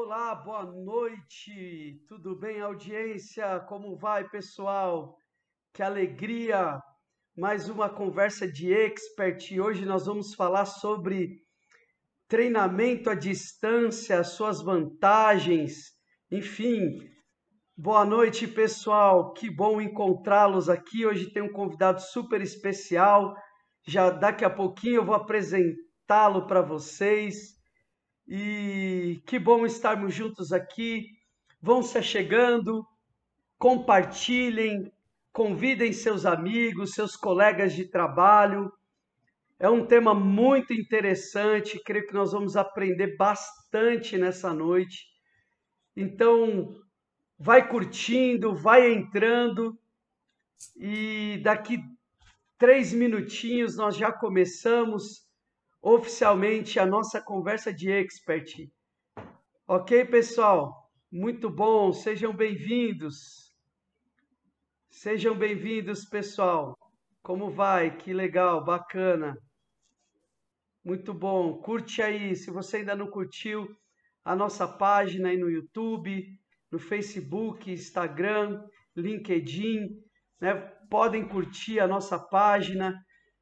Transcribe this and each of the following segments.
Olá, boa noite. Tudo bem, audiência? Como vai, pessoal? Que alegria! Mais uma conversa de expert. E hoje nós vamos falar sobre treinamento à distância, suas vantagens. Enfim, boa noite, pessoal. Que bom encontrá-los aqui. Hoje tem um convidado super especial. Já daqui a pouquinho eu vou apresentá-lo para vocês. E que bom estarmos juntos aqui. Vão se achegando, compartilhem, convidem seus amigos, seus colegas de trabalho. É um tema muito interessante, creio que nós vamos aprender bastante nessa noite. Então, vai curtindo, vai entrando e daqui 3 minutinhos nós já começamos oficialmente a nossa conversa de expert. Ok, pessoal? Muito bom, sejam bem-vindos. Sejam bem-vindos, pessoal. Como vai? Que legal, bacana. Muito bom. Curte aí, se você ainda não curtiu a nossa página aí no YouTube, no Facebook, Instagram, LinkedIn, né? Podem curtir a nossa página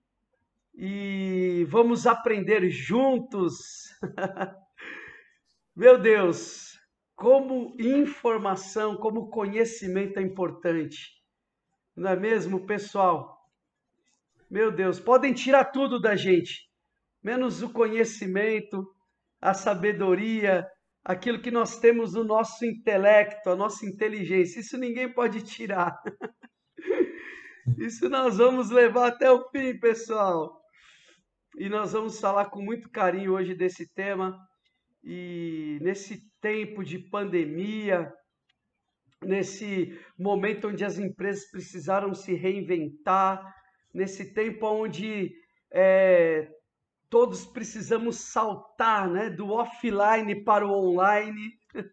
e vamos aprender juntos. Meu Deus, como informação, como conhecimento é importante, não é mesmo, pessoal? Meu Deus, podem tirar tudo da gente, menos o conhecimento, a sabedoria, aquilo que nós temos no nosso intelecto, a nossa inteligência. Isso ninguém pode tirar. Isso nós vamos levar até o fim, pessoal. E nós vamos falar com muito carinho hoje desse tema. E nesse tempo de pandemia, nesse momento onde as empresas precisaram se reinventar, nesse tempo onde todos precisamos saltar, né, do offline para o online.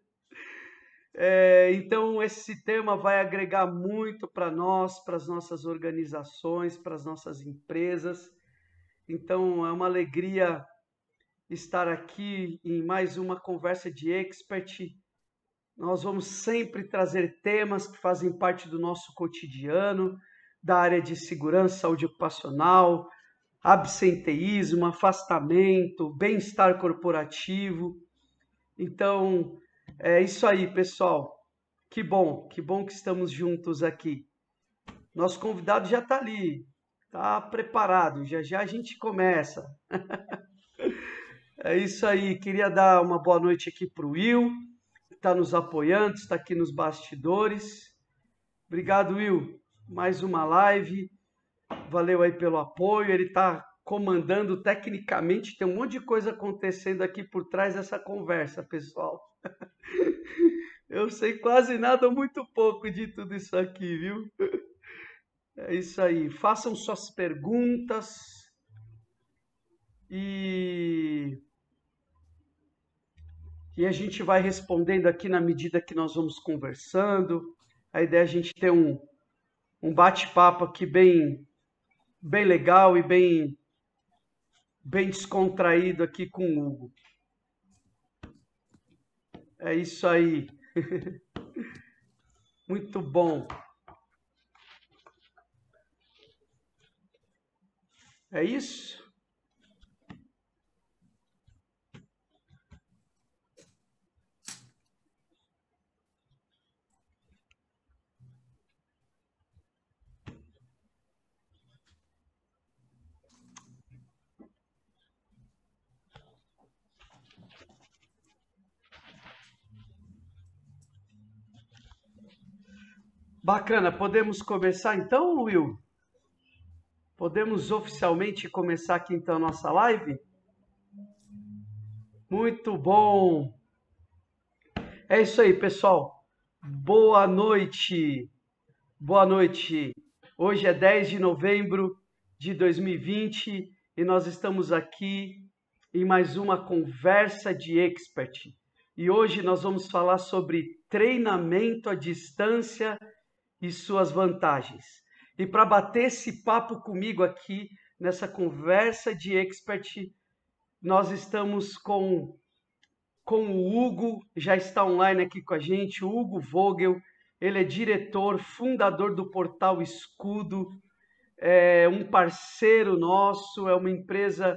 Então, esse tema vai agregar muito para nós, para as nossas organizações, para as nossas empresas. Então, é uma alegria estar aqui em mais uma conversa de expert. Nós vamos sempre trazer temas que fazem parte do nosso cotidiano, da área de segurança, saúde ocupacional, absenteísmo, afastamento, bem-estar corporativo. Então, é isso aí, pessoal. Que bom que estamos juntos aqui. Nosso convidado já está ali, está preparado, já já a gente começa. É isso aí, queria dar uma boa noite aqui para o Will, que está nos apoiando, está aqui nos bastidores. Obrigado, Will. Mais uma live. Valeu aí pelo apoio. Ele está comandando tecnicamente, tem um monte de coisa acontecendo aqui por trás dessa conversa, pessoal. Eu sei quase nada, muito pouco de tudo isso aqui, viu? É isso aí. Façam suas perguntas e a gente vai respondendo aqui na medida que nós vamos conversando. A ideia é a gente ter um bate-papo aqui bem legal e bem descontraído aqui com o Hugo. É isso aí. Muito bom. É isso? Bacana. Podemos começar então, Will? Podemos oficialmente começar aqui então a nossa live? Muito bom. É isso aí, pessoal. Boa noite. Boa noite. Hoje é 10 de novembro de 2020 e nós estamos aqui em mais uma conversa de expert. E hoje nós vamos falar sobre treinamento à distância e suas vantagens. E para bater esse papo comigo aqui nessa conversa de expert, nós estamos com com o Hugo, já está online aqui com a gente, o Hugo Vogel. Ele é diretor, fundador do Portal Escudo, é um parceiro nosso, é uma empresa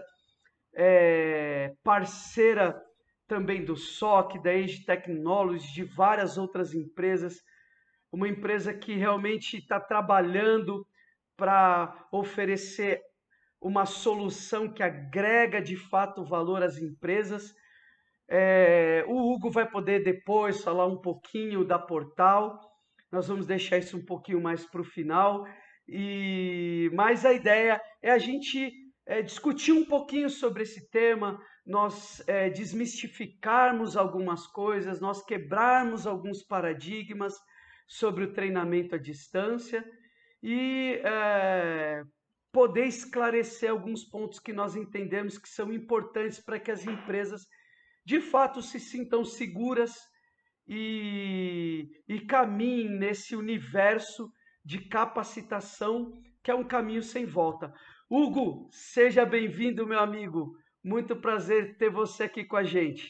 parceira também do SOC, da Age Technologies, de várias outras empresas. Uma empresa que realmente está trabalhando para oferecer uma solução que agrega de fato valor às empresas. O Hugo vai poder depois falar um pouquinho da Portal. Nós vamos deixar isso um pouquinho mais para o final. Mas a ideia é a gente discutir um pouquinho sobre esse tema, nós desmistificarmos algumas coisas, nós quebrarmos alguns paradigmas sobre o treinamento à distância e poder esclarecer alguns pontos que nós entendemos que são importantes para que as empresas de fato se sintam seguras e caminhem nesse universo de capacitação que é um caminho sem volta. Hugo, seja bem-vindo, meu amigo. Muito prazer ter você aqui com a gente.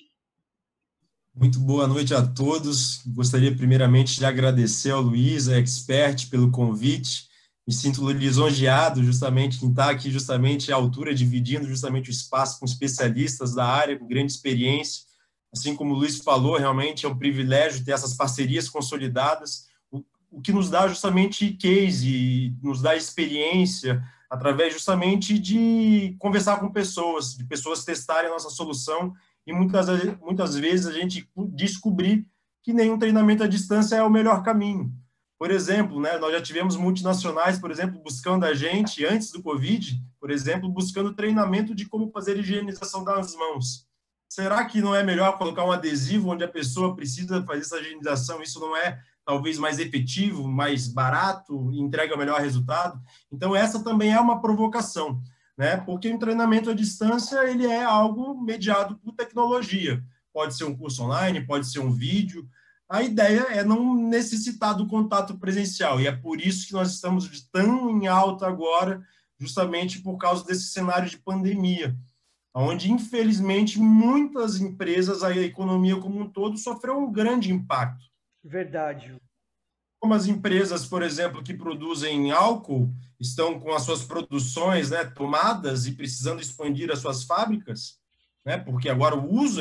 Muito boa noite a todos. Gostaria primeiramente de agradecer ao Luiz, a Expert, pelo convite. Me sinto lisonjeado justamente em estar aqui justamente à altura, dividindo justamente o espaço com especialistas da área, com grande experiência. Assim como o Luiz falou, realmente é um privilégio ter essas parcerias consolidadas, o que nos dá justamente case, nos dá experiência, através justamente de conversar com pessoas, de pessoas testarem a nossa solução e muitas vezes a gente descobrir que nenhum treinamento à distância é o melhor caminho. Por exemplo, né, nós já tivemos multinacionais, por exemplo, buscando a gente, antes do Covid, por exemplo, buscando treinamento de como fazer higienização das mãos. Será que não é melhor colocar um adesivo onde a pessoa precisa fazer essa higienização? Isso não é talvez mais efetivo, mais barato e entrega melhor resultado? Então, essa também é uma provocação, né? Porque o treinamento à distância ele é algo mediado por tecnologia. Pode ser um curso online, pode ser um vídeo. A ideia é não necessitar do contato presencial, e é por isso que nós estamos tão em alta agora, justamente por causa desse cenário de pandemia, onde, infelizmente, muitas empresas, a economia como um todo, sofreu um grande impacto. Verdade. Como as empresas, por exemplo, que produzem álcool, estão com as suas produções, né, tomadas e precisando expandir as suas fábricas, né, porque agora o uso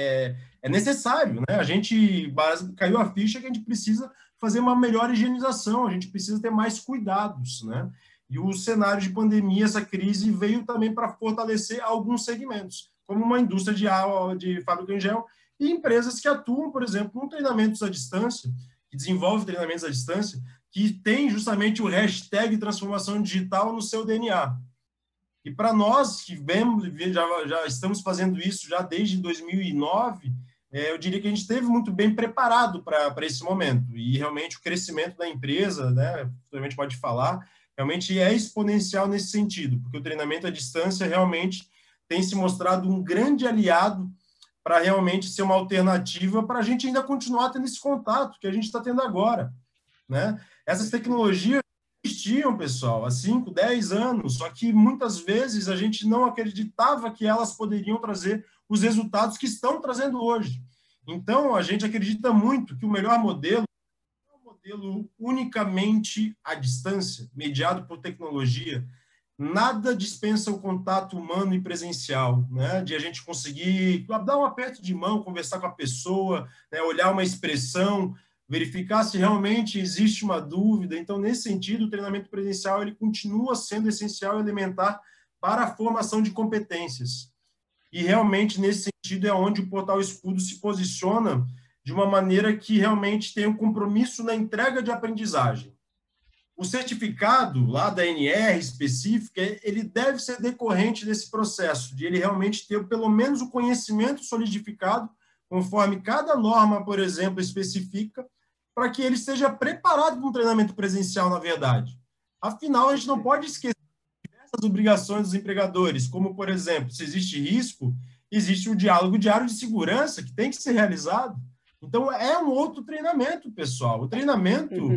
é necessário. Né? A gente caiu a ficha que a gente precisa fazer uma melhor higienização, a gente precisa ter mais cuidados. Né? E o cenário de pandemia, essa crise, veio também para fortalecer alguns segmentos, como uma indústria de fábrica em gel e empresas que atuam, por exemplo, em treinamentos à distância, que desenvolve treinamentos à distância, que tem justamente o hashtag transformação digital no seu DNA. E para nós que já estamos fazendo isso já desde 2009, eu diria que a gente esteve muito bem preparado para esse momento. E realmente o crescimento da empresa, né, realmente pode falar, realmente é exponencial nesse sentido, porque o treinamento à distância realmente tem se mostrado um grande aliado para realmente ser uma alternativa para a gente ainda continuar tendo esse contato que a gente está tendo agora. Né? Essas tecnologias existiam, pessoal, há 5, 10 anos, só que muitas vezes a gente não acreditava que elas poderiam trazer os resultados que estão trazendo hoje. Então, a gente acredita muito que o melhor modelo é um modelo unicamente à distância, mediado por tecnologia. Nada dispensa o contato humano e presencial, né? De a gente conseguir dar um aperto de mão, conversar com a pessoa, né? Olhar uma expressão, verificar se realmente existe uma dúvida. Então, nesse sentido, o treinamento presencial ele continua sendo essencial e elementar para a formação de competências. E realmente, nesse sentido, é onde o Portal Escudo se posiciona de uma maneira que realmente tem um compromisso na entrega de aprendizagem. O certificado lá da NR específica, ele deve ser decorrente desse processo, de ele realmente ter pelo menos o conhecimento solidificado, conforme cada norma, por exemplo, especifica, para que ele esteja preparado para um treinamento presencial, na verdade. Afinal, a gente não pode esquecer diversas obrigações dos empregadores, como, por exemplo, se existe risco, existe o diálogo diário de segurança, que tem que ser realizado. Então, é um outro treinamento, pessoal. O treinamento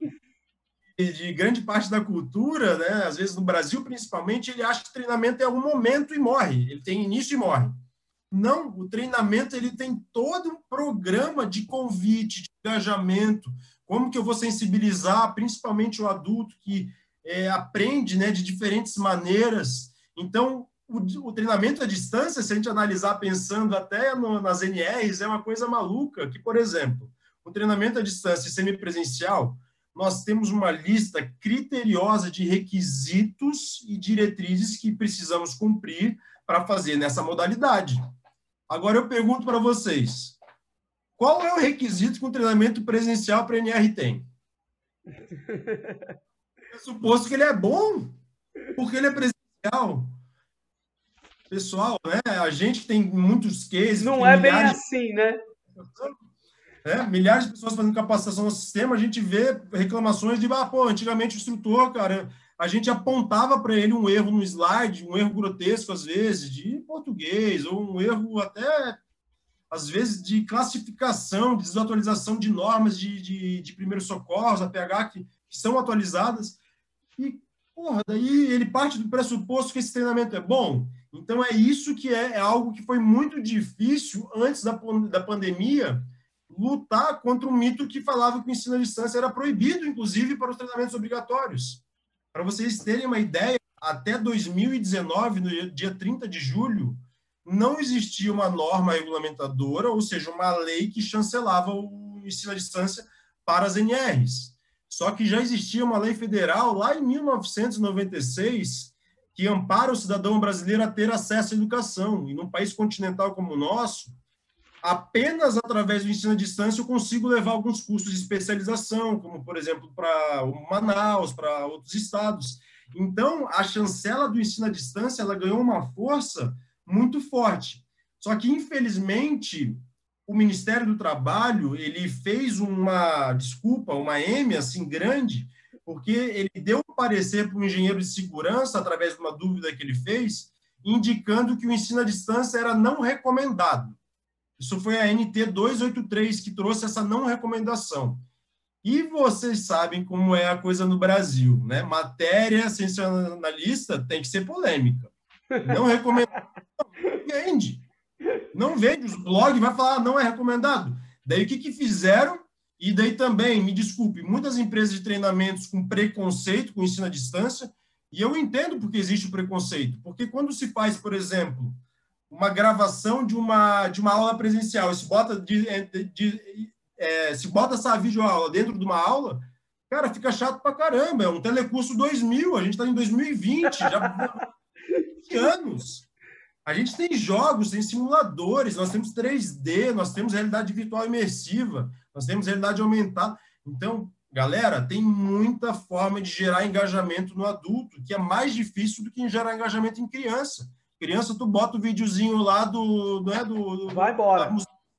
de grande parte da cultura, né, às vezes no Brasil principalmente, ele acha que treinamento é um momento e morre, ele tem início e morre. Não, o treinamento ele tem todo um programa de convite, de engajamento, como que eu vou sensibilizar, principalmente o adulto que aprende, né, de diferentes maneiras. Então, o treinamento à distância, se a gente analisar pensando até nas NRs, é uma coisa maluca, que, por exemplo, o treinamento à distância semipresencial, nós temos uma lista criteriosa de requisitos e diretrizes que precisamos cumprir para fazer nessa modalidade. Agora eu pergunto para vocês, qual é o requisito que um treinamento presencial para NR tem? É suposto que ele é bom, porque ele é presencial. Pessoal, né? A gente que tem muitos cases, Não tem é bem milhares assim, né? milhares de pessoas fazendo capacitação no sistema, a gente vê reclamações de, pô, antigamente o instrutor, cara, a gente apontava para ele um erro no slide, um erro grotesco, às vezes, de português, ou um erro até, às vezes, de classificação, de desatualização de normas de primeiros socorros, APH, que são atualizadas, e, porra, daí ele parte do pressuposto que esse treinamento é bom. Então, é isso que é algo que foi muito difícil antes da pandemia, lutar contra um mito que falava que o ensino à distância era proibido, inclusive, para os treinamentos obrigatórios. Para vocês terem uma ideia, até 2019, no dia 30 de julho, não existia uma norma regulamentadora, ou seja, uma lei que chancelava o ensino à distância para as NRs. Só que já existia uma lei federal, lá em 1996, que ampara o cidadão brasileiro a ter acesso à educação. E num país continental como o nosso, apenas através do ensino à distância eu consigo levar alguns cursos de especialização, como, por exemplo, para Manaus, para outros estados. Então, a chancela do ensino à distância ela ganhou uma força muito forte. Só que, infelizmente, o Ministério do Trabalho ele fez uma M assim grande, porque ele deu um parecer para um engenheiro de segurança, através de uma dúvida que ele fez, indicando que o ensino à distância era não recomendado. Isso foi a NT 283 que trouxe essa não recomendação. E vocês sabem como é a coisa no Brasil, né? Matéria sensacionalista tem que ser polêmica. Não recomendo. Não vende. Não vende. Os blogs vai falar, não é recomendado. Daí o que fizeram? E daí também, me desculpe, muitas empresas de treinamentos com preconceito com ensino à distância, e eu entendo porque existe o preconceito. Porque quando se faz, por exemplo, uma gravação de uma aula presencial, se bota essa videoaula dentro de uma aula, cara, fica chato pra caramba. É um telecurso 2000, a gente está em 2020, já 20 anos. A gente tem jogos, tem simuladores, nós temos 3D, nós temos realidade virtual imersiva, nós temos realidade aumentada. Então, galera, tem muita forma de gerar engajamento no adulto, que é mais difícil do que gerar engajamento em criança. Criança, tu bota o videozinho lá vai embora.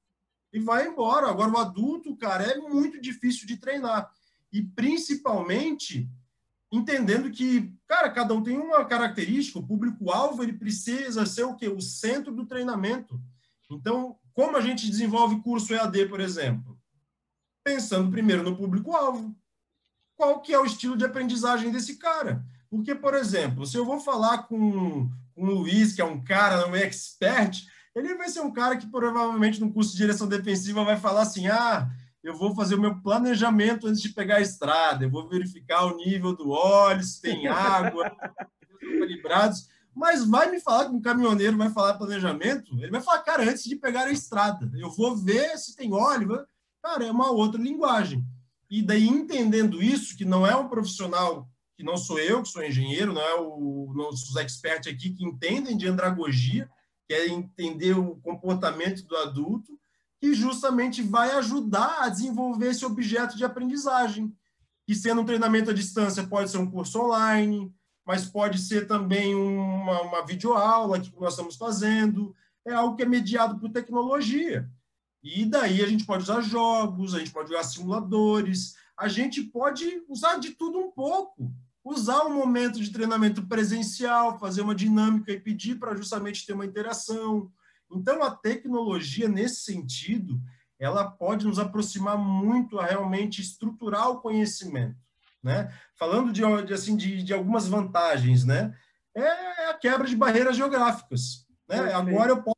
E vai embora. Agora, o adulto, cara, é muito difícil de treinar. E, principalmente, entendendo que, cara, cada um tem uma característica, o público-alvo, ele precisa ser o quê? O centro do treinamento. Então, como a gente desenvolve curso EAD, por exemplo? Pensando primeiro no público-alvo. Qual que é o estilo de aprendizagem desse cara? Porque, por exemplo, se eu vou falar com o Luiz, que é um cara, um expert, ele vai ser um cara que provavelmente no curso de direção defensiva vai falar assim, eu vou fazer o meu planejamento antes de pegar a estrada, eu vou verificar o nível do óleo, se tem água, se calibrados, mas vai me falar que um caminhoneiro vai falar planejamento, ele vai falar, cara, antes de pegar a estrada, eu vou ver se tem óleo, cara, é uma outra linguagem. E daí, entendendo isso, que não é um profissional, que não sou eu, que sou engenheiro, não é os experts aqui que entendem de andragogia, que é entender o comportamento do adulto, que justamente vai ajudar a desenvolver esse objeto de aprendizagem. Que sendo um treinamento à distância pode ser um curso online, mas pode ser também uma videoaula que nós estamos fazendo, é algo que é mediado por tecnologia. E daí a gente pode usar jogos, a gente pode usar simuladores, a gente pode usar de tudo um pouco. Usar um momento de treinamento presencial, fazer uma dinâmica e pedir para justamente ter uma interação. Então, a tecnologia, nesse sentido, ela pode nos aproximar muito a realmente estruturar o conhecimento. Né? Falando de algumas vantagens, né? É a quebra de barreiras geográficas. Né? Agora eu posso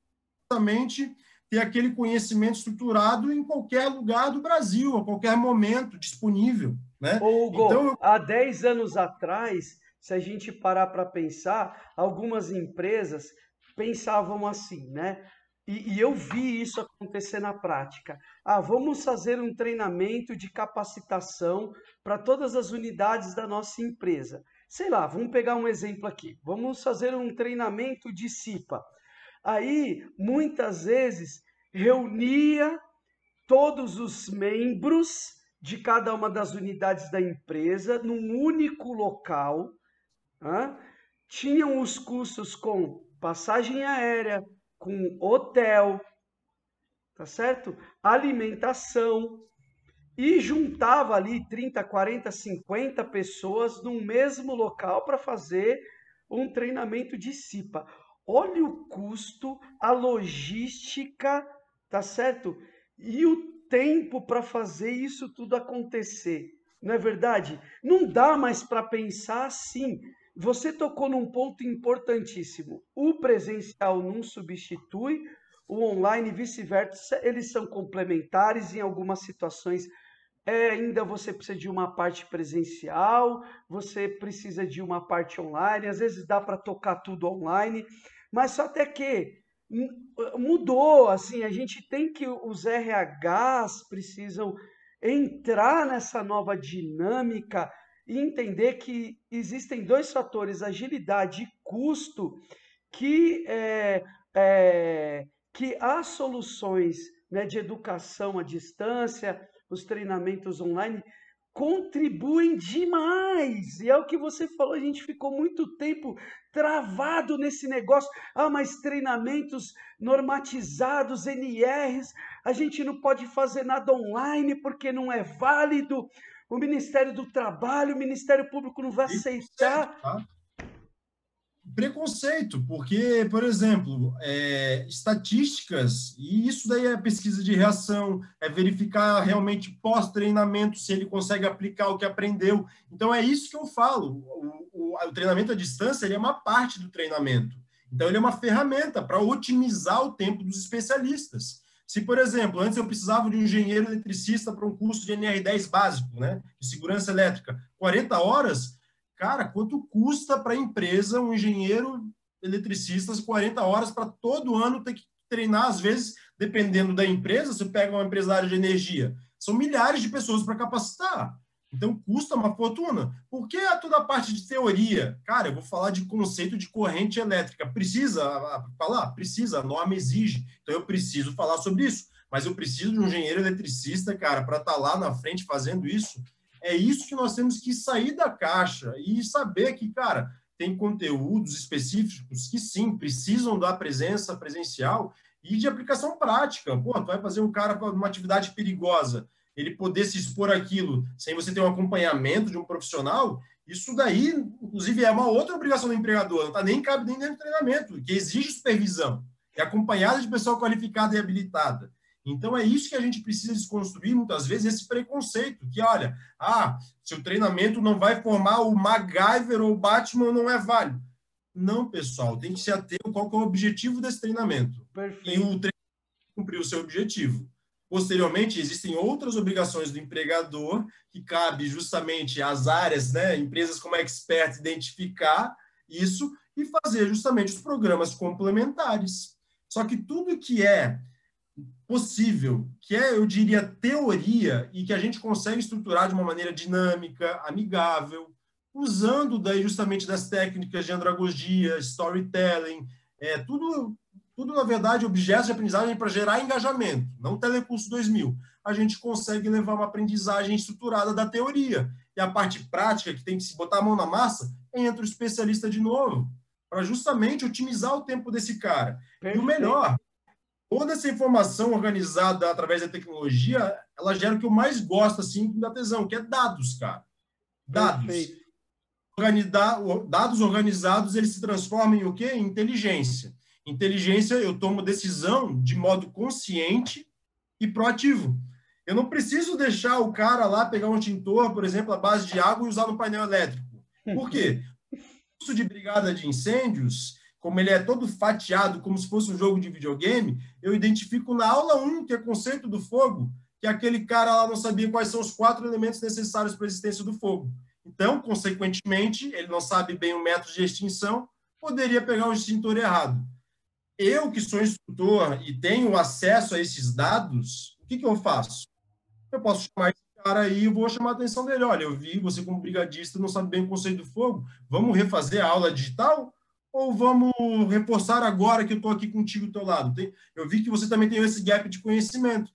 justamente ter aquele conhecimento estruturado em qualquer lugar do Brasil, a qualquer momento disponível, né? Ô, Hugo, Então, há 10 anos atrás, se a gente parar para pensar, algumas empresas pensavam assim, né? E eu vi isso acontecer na prática. Ah, vamos fazer um treinamento de capacitação para todas as unidades da nossa empresa. Sei lá, vamos pegar um exemplo aqui. Vamos fazer um treinamento de CIPA. Aí, muitas vezes, reunia todos os membros de cada uma das unidades da empresa num único local, tá? Tinham os custos com passagem aérea, com hotel, tá certo? Alimentação, e juntava ali 30, 40, 50 pessoas num mesmo local para fazer um treinamento de CIPA. Olha o custo, a logística, tá certo? E o tempo para fazer isso tudo acontecer. Não é verdade? Não dá mais para pensar assim. Você tocou num ponto importantíssimo. O presencial não substitui o online e vice-versa, eles são complementares em algumas situações. Ainda você precisa de uma parte presencial, você precisa de uma parte online, às vezes dá para tocar tudo online, mas só até que mudou, assim, a gente tem que, os RHs precisam entrar nessa nova dinâmica e entender que existem dois fatores, agilidade e custo, que, que há soluções, né, de educação à distância, os treinamentos online contribuem demais. E é o que você falou, a gente ficou muito tempo travado nesse negócio. Ah, mas treinamentos normatizados, NRs, a gente não pode fazer nada online porque não é válido. O Ministério do Trabalho, o Ministério Público não vai preconceito, aceitar. tá? Preconceito, porque, por exemplo, estatísticas, e isso daí é pesquisa de reação, é verificar realmente pós-treinamento se ele consegue aplicar o que aprendeu. Então, é isso que eu falo. O treinamento à distância ele é uma parte do treinamento. Então, ele é uma ferramenta para otimizar o tempo dos especialistas. Se, por exemplo, antes eu precisava de um engenheiro eletricista para um curso de NR10 básico, né, de segurança elétrica, 40 horas. Cara, quanto custa para a empresa um engenheiro eletricista 40 horas para todo ano ter que treinar, às vezes, dependendo da empresa, você pega uma empresária de energia, são milhares de pessoas para capacitar. Então, custa uma fortuna. Por que toda a parte de teoria? Cara, eu vou falar de conceito de corrente elétrica. Precisa falar? Precisa, a norma exige. Então, eu preciso falar sobre isso. Mas eu preciso de um engenheiro eletricista, cara, para estar lá na frente fazendo isso. É isso que nós temos que sair da caixa e saber que, cara, tem conteúdos específicos que, sim, precisam da presença presencial e de aplicação prática. Pô, tu vai fazer um cara para uma atividade perigosa, ele poder se expor àquilo sem você ter um acompanhamento de um profissional, isso daí, inclusive, é uma outra obrigação do empregador, não tá nem cabe nem dentro do treinamento, que exige supervisão, é acompanhada de pessoa qualificada e habilitada. Então, é isso que a gente precisa desconstruir, muitas vezes, esse preconceito, que, olha, seu treinamento não vai formar o MacGyver ou o Batman, não é válido. Não, pessoal, tem que se ater qual que é o objetivo desse treinamento. Perfeito. E o treinamento cumprir o seu objetivo. Posteriormente, existem outras obrigações do empregador, que cabe justamente às áreas, né, empresas como expert, identificar isso e fazer justamente os programas complementares. Só que tudo que é possível, que é, eu diria, teoria, e que a gente consegue estruturar de uma maneira dinâmica, amigável, usando daí justamente das técnicas de andragogia, storytelling, tudo, na verdade, objetos de aprendizagem para gerar engajamento, não Telecurso 2000. A gente consegue levar uma aprendizagem estruturada da teoria. E a parte prática, que tem que se botar a mão na massa, entra o especialista de novo, para justamente otimizar o tempo desse cara. Perfeito. E o melhor, toda essa informação organizada através da tecnologia, ela gera o que eu mais gosto, assim, da tesão, que é dados, cara. Dados. Perfeito. Dados organizados, eles se transformam em o quê? Em inteligência. Inteligência, eu tomo decisão de modo consciente e proativo. Eu não preciso deixar o cara lá pegar um extintor, por exemplo, à base de água e usar no painel elétrico. Por quê? O curso de brigada de incêndios, como ele é todo fatiado, como se fosse um jogo de videogame, eu identifico na aula 1, que é conceito do fogo, que aquele cara lá não sabia quais são os 4 elementos necessários para a existência do fogo. Então, consequentemente, ele não sabe bem o método de extinção, poderia pegar o extintor errado. Eu, que sou instrutor e tenho acesso a esses dados, o que eu faço? Eu posso chamar esse cara aí e vou chamar a atenção dele. Olha, eu vi você como brigadista não sabe bem o conceito do fogo. Vamos refazer a aula digital? Ou vamos reforçar agora que eu estou aqui contigo do teu lado? Eu vi que você também tem esse gap de conhecimento.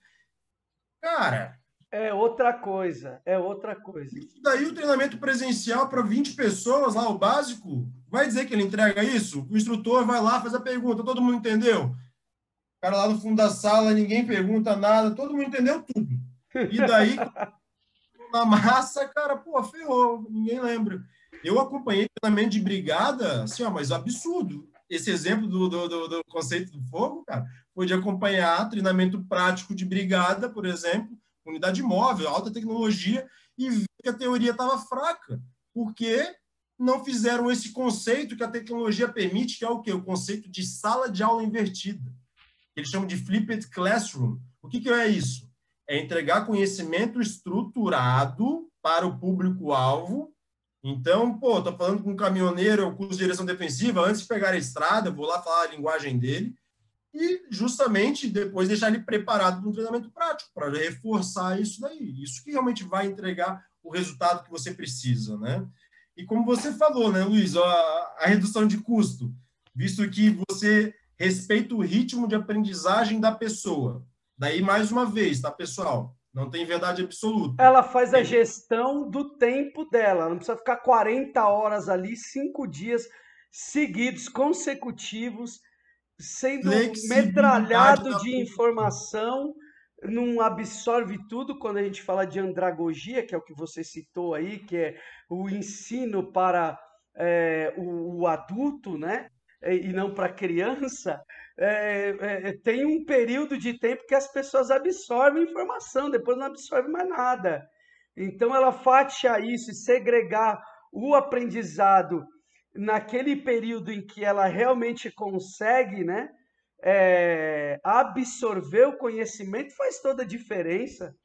Cara, É outra coisa, é outra coisa. daí o treinamento presencial para 20 pessoas lá, o básico, vai dizer que ele entrega isso? O instrutor vai lá, faz a pergunta, todo mundo entendeu? O cara lá no fundo da sala, ninguém pergunta nada, todo mundo entendeu tudo. E daí, na massa, cara, pô, ferrou, ninguém lembra. Eu acompanhei treinamento de brigada, assim, ó, mas absurdo. Esse exemplo do conceito do fogo, cara, foi de acompanhar treinamento prático de brigada, por exemplo, unidade móvel, alta tecnologia, e ver que a teoria estava fraca, porque não fizeram esse conceito que a tecnologia permite, que é o quê? O conceito de sala de aula invertida. Eles chamam de flipped classroom. O que é isso? É entregar conhecimento estruturado para o público-alvo. Então, pô, tô falando com um caminhoneiro, eu curso de direção defensiva, antes de pegar a estrada, eu vou lá falar a linguagem dele e justamente depois deixar ele preparado para um treinamento prático, para reforçar isso daí. Isso que realmente vai entregar o resultado que você precisa, né? E como você falou, né, Luiz, a redução de custo, visto que você respeita o ritmo de aprendizagem da pessoa. Daí, mais uma vez, tá, pessoal? Não tem verdade absoluta. Ela faz a gestão do tempo dela, não precisa ficar 40 horas ali, 5 dias seguidos, consecutivos, sendo Flexibilidade metralhado da de informação, não absorve tudo quando a gente fala de andragogia, que é o que você citou aí, que é o ensino para o adulto, né? E não para a criança, tem um período de tempo que as pessoas absorvem informação, depois não absorvem mais nada. Então, ela fatia isso e segregar o aprendizado naquele período em que ela realmente consegue, né, absorver o conhecimento, faz toda a diferença.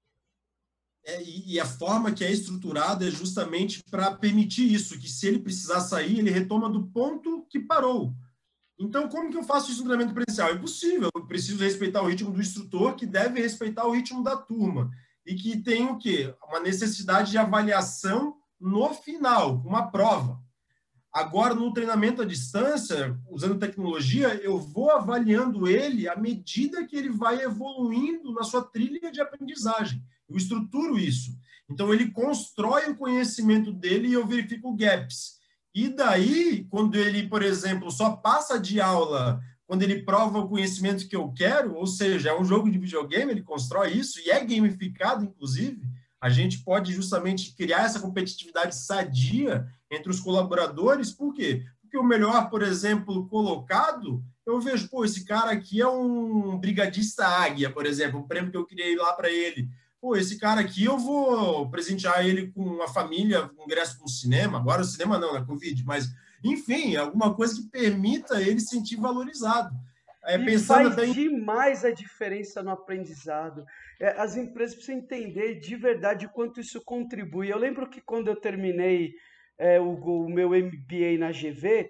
E a forma que é estruturada é justamente para permitir isso, que se ele precisar sair, ele retoma do ponto que parou. Então, como que eu faço isso no treinamento presencial? É impossível. Eu preciso respeitar o ritmo do instrutor, que deve respeitar o ritmo da turma. E que tem o quê? Uma necessidade de avaliação no final, uma prova. Agora, no treinamento à distância, usando tecnologia, eu vou avaliando ele à medida que ele vai evoluindo na sua trilha de aprendizagem. Eu estruturo isso. Então, ele constrói o conhecimento dele e eu verifico gaps. E daí, quando ele, por exemplo, só passa de aula quando ele prova o conhecimento que eu quero, ou seja, é um jogo de videogame, ele constrói isso e é gamificado, inclusive, a gente pode justamente criar essa competitividade sadia entre os colaboradores. Por quê? Porque o melhor, por exemplo, colocado, eu vejo, pô, esse cara aqui é um brigadista águia, por exemplo, um prêmio que eu criei lá para ele. Pô, esse cara aqui eu vou presentear ele com uma família, um ingresso para um cinema. Agora o cinema não, na Covid, mas, enfim, alguma coisa que permita ele se sentir valorizado. E Pensando faz até em... demais a diferença no aprendizado. As empresas precisam entender de verdade o quanto isso contribui. Eu lembro que quando eu terminei o meu MBA na GV,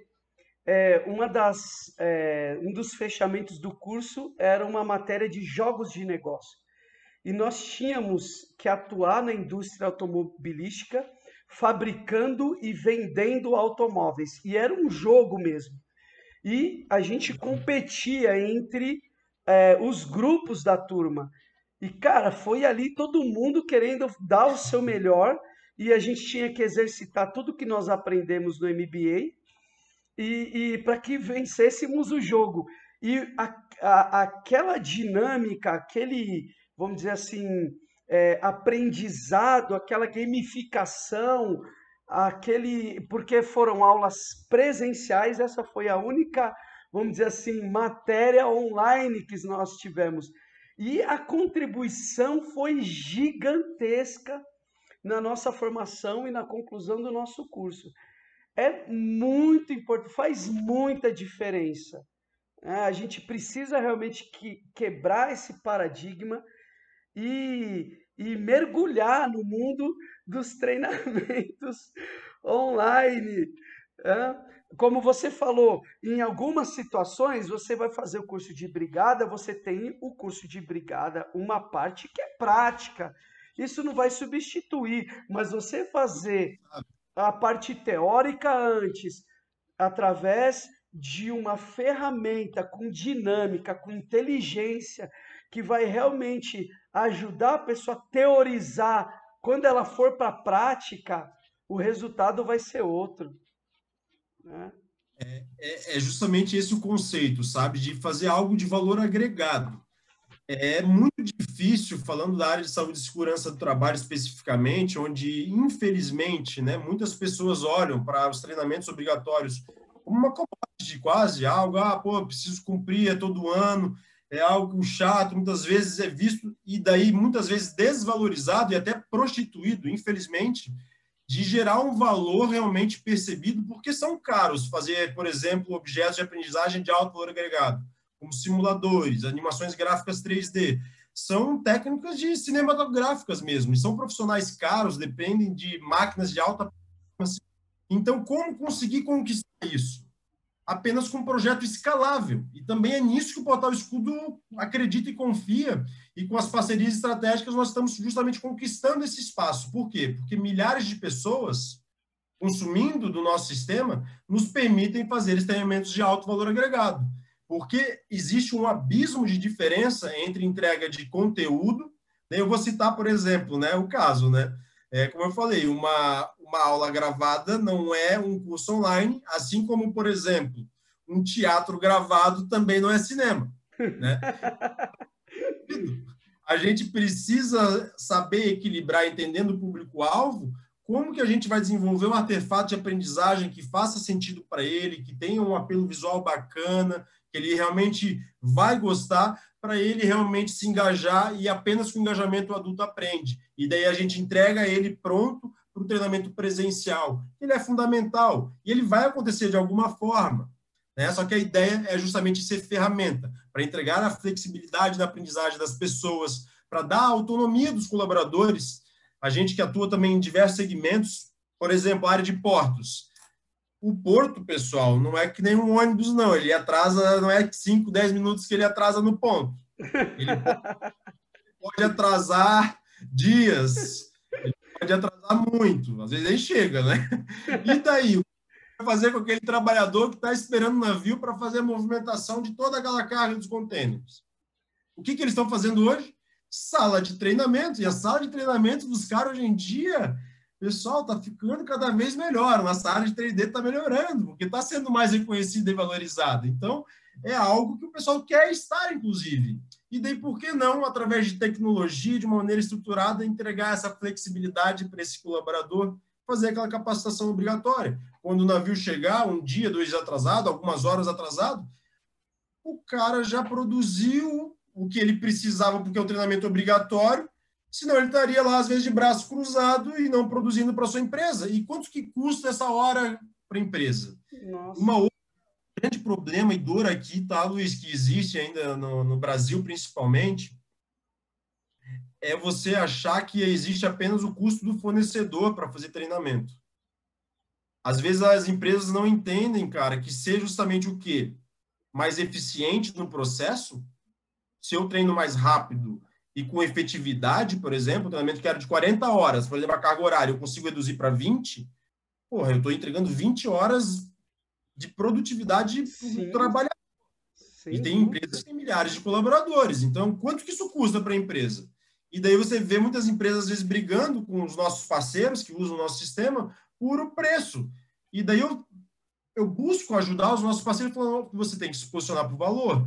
um dos fechamentos do curso era uma matéria de jogos de negócio. E nós tínhamos que atuar na indústria automobilística, fabricando e vendendo automóveis. E era um jogo mesmo. E a gente competia entre os grupos da turma. E, cara, foi ali todo mundo querendo dar o seu melhor e a gente tinha que exercitar tudo que nós aprendemos no MBA e para que vencêssemos o jogo. E aquela dinâmica, aquele, vamos dizer assim, aprendizado, aquela gamificação, porque foram aulas presenciais, essa foi a única, vamos dizer assim, matéria online que nós tivemos. E a contribuição foi gigantesca na nossa formação e na conclusão do nosso curso. é muito importante, faz muita diferença. A gente precisa realmente quebrar esse paradigma e mergulhar no mundo dos treinamentos online. É. Como você falou, em algumas situações você vai fazer o curso de brigada, você tem o curso de brigada, uma parte que é prática. Isso não vai substituir, mas você fazer a parte teórica antes, através de uma ferramenta com dinâmica, com inteligência, que vai realmente ajudar a pessoa a teorizar. Quando ela for para a prática, o resultado vai ser outro, né? É justamente esse o conceito, sabe? De fazer algo de valor agregado. É muito difícil, falando da área de saúde e segurança do trabalho especificamente, onde, infelizmente, né, muitas pessoas olham para os treinamentos obrigatórios como uma commodity quase, algo, pô, preciso cumprir, é todo ano, é algo chato, muitas vezes é visto, e daí muitas vezes desvalorizado e até prostituído, infelizmente, de gerar um valor realmente percebido, porque são caros fazer, por exemplo, objetos de aprendizagem de alto valor agregado, como simuladores, animações gráficas 3D. São técnicas de cinematográficas mesmo, e são profissionais caros, dependem de máquinas de alta performance. Então, como conseguir conquistar isso? Apenas com um projeto escalável. E também é nisso que o Portal Escudo acredita e confia, e com as parcerias estratégicas nós estamos justamente conquistando esse espaço. Por quê? Porque milhares de pessoas consumindo do nosso sistema nos permitem fazer experimentos de alto valor agregado. Porque existe um abismo de diferença entre entrega de conteúdo. Eu vou citar, por exemplo, né, o caso, né? Como eu falei, uma aula gravada não é um curso online, assim como, por exemplo, um teatro gravado também não é cinema, né? A gente precisa saber equilibrar, entendendo o público-alvo, como que a gente vai desenvolver um artefato de aprendizagem que faça sentido para ele, que tenha um apelo visual bacana, que ele realmente vai gostar, para ele realmente se engajar, e apenas com engajamento o adulto aprende. E daí a gente entrega ele pronto para o treinamento presencial. Ele é fundamental e ele vai acontecer de alguma forma, né? Só que a ideia é justamente ser ferramenta para entregar a flexibilidade da aprendizagem das pessoas, para dar a autonomia dos colaboradores. A gente que atua também em diversos segmentos, por exemplo, a área de portos. O porto, pessoal, não é que nem um ônibus, não. Ele atrasa, não é 5, 10 minutos que ele atrasa no ponto. Ele pode atrasar dias, ele pode atrasar muito. Às vezes ele chega, né? E daí? Fazer com aquele trabalhador que está esperando o navio para fazer a movimentação de toda aquela carga dos contêineres. O que eles estão fazendo hoje? Sala de treinamento. E a sala de treinamento dos caras hoje em dia, pessoal, está ficando cada vez melhor. Nossa área de 3D está melhorando, porque está sendo mais reconhecida e valorizada. Então, é algo que o pessoal quer estar, inclusive. E daí, por que não, através de tecnologia, de uma maneira estruturada, entregar essa flexibilidade para esse colaborador, fazer aquela capacitação obrigatória? Quando o navio chegar, um dia, 2 dias atrasado, algumas horas atrasado, o cara já produziu o que ele precisava, porque é o treinamento obrigatório, senão ele estaria lá, às vezes, de braço cruzado e não produzindo para sua empresa. E quanto que custa essa hora para a empresa? Nossa. Uma outra grande problema e dor aqui, tá, Luiz, que existe ainda no Brasil, principalmente, é você achar que existe apenas o custo do fornecedor para fazer treinamento. Às vezes as empresas não entendem, cara, que ser justamente o quê? Mais eficiente no processo, se eu treino mais rápido e com efetividade, por exemplo, o treinamento que era de 40 horas, por exemplo, a carga horária, eu consigo reduzir para 20, porra, eu estou entregando 20 horas de produtividade para o Sim, trabalhador. E sem tem empresas dúvida. que têm milhares de colaboradores. Então, quanto que isso custa para a empresa? E daí você vê muitas empresas, às vezes, brigando com os nossos parceiros que usam o nosso sistema por o preço. E daí eu busco ajudar os nossos parceiros falando que você tem que se posicionar por valor.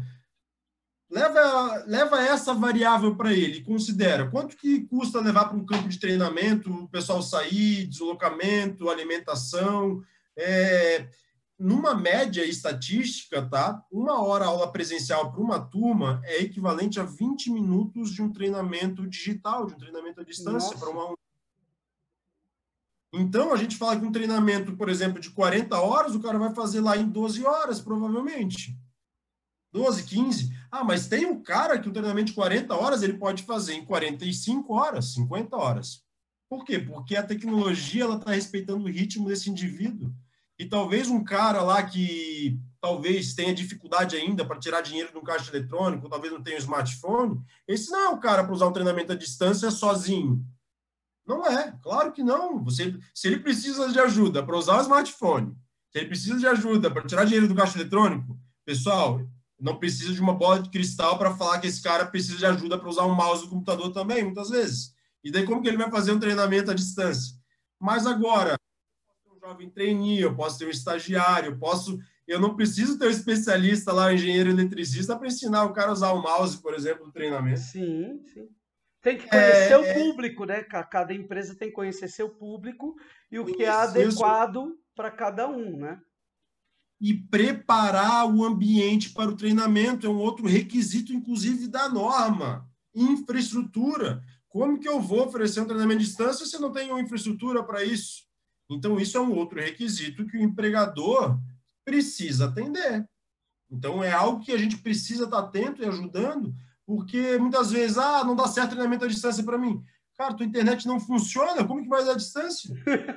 Leva essa variável para ele, considera quanto que custa levar para um campo de treinamento, o pessoal sair, deslocamento, alimentação, numa média estatística, tá? 1 hora aula presencial para uma turma é equivalente a 20 minutos de um treinamento digital, de um treinamento à distância para Nossa. uma. Então, a gente fala que um treinamento, por exemplo, de 40 horas, o cara vai fazer lá em 12 horas, provavelmente. 12, 15. Ah, mas tem um cara que um treinamento de 40 horas ele pode fazer em 45 horas, 50 horas. Por quê? Porque a tecnologia ela está respeitando o ritmo desse indivíduo. E talvez um cara lá que talvez tenha dificuldade ainda para tirar dinheiro de um caixa eletrônico, talvez não tenha um smartphone, esse não é o cara para usar um treinamento à distância sozinho. Não é, claro que não. Se ele precisa de ajuda para usar o smartphone, se ele precisa de ajuda para tirar dinheiro do caixa eletrônico, pessoal, não precisa de uma bola de cristal para falar que esse cara precisa de ajuda para usar um mouse do computador também, muitas vezes. E daí como que ele vai fazer um treinamento à distância? Mas agora, um jovem trainee, eu posso ter um estagiário, eu não preciso ter um especialista lá, um engenheiro eletricista, para ensinar o cara a usar o mouse, por exemplo, no treinamento. Sim, sim. Tem que conhecer o É, público, né? Cada empresa tem que conhecer seu público e o que é isso. adequado para cada um, né? E preparar o ambiente para o treinamento é um outro requisito, inclusive, da norma. Infraestrutura. Como que eu vou oferecer um treinamento de distância se eu não tenho infraestrutura para isso? Então, isso é um outro requisito que o empregador precisa atender. Então, é algo que a gente precisa estar atento e ajudando, porque muitas vezes, não dá certo treinamento à distância para mim. Cara, tua internet não funciona, como que vai dar à distância?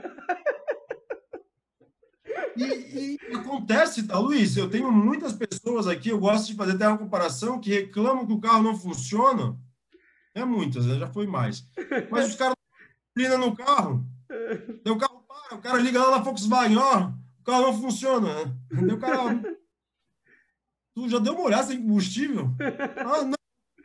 E acontece, tá, Luiz? Eu tenho muitas pessoas aqui, eu gosto de fazer até uma comparação, que reclamam que o carro não funciona. É muitas, né? Já foi mais. Mas os caras não no carro, daí o carro para, o cara liga lá na Volkswagen, ó, o carro não funciona. Daí o cara, tu já deu uma olhada sem combustível? Ah, não.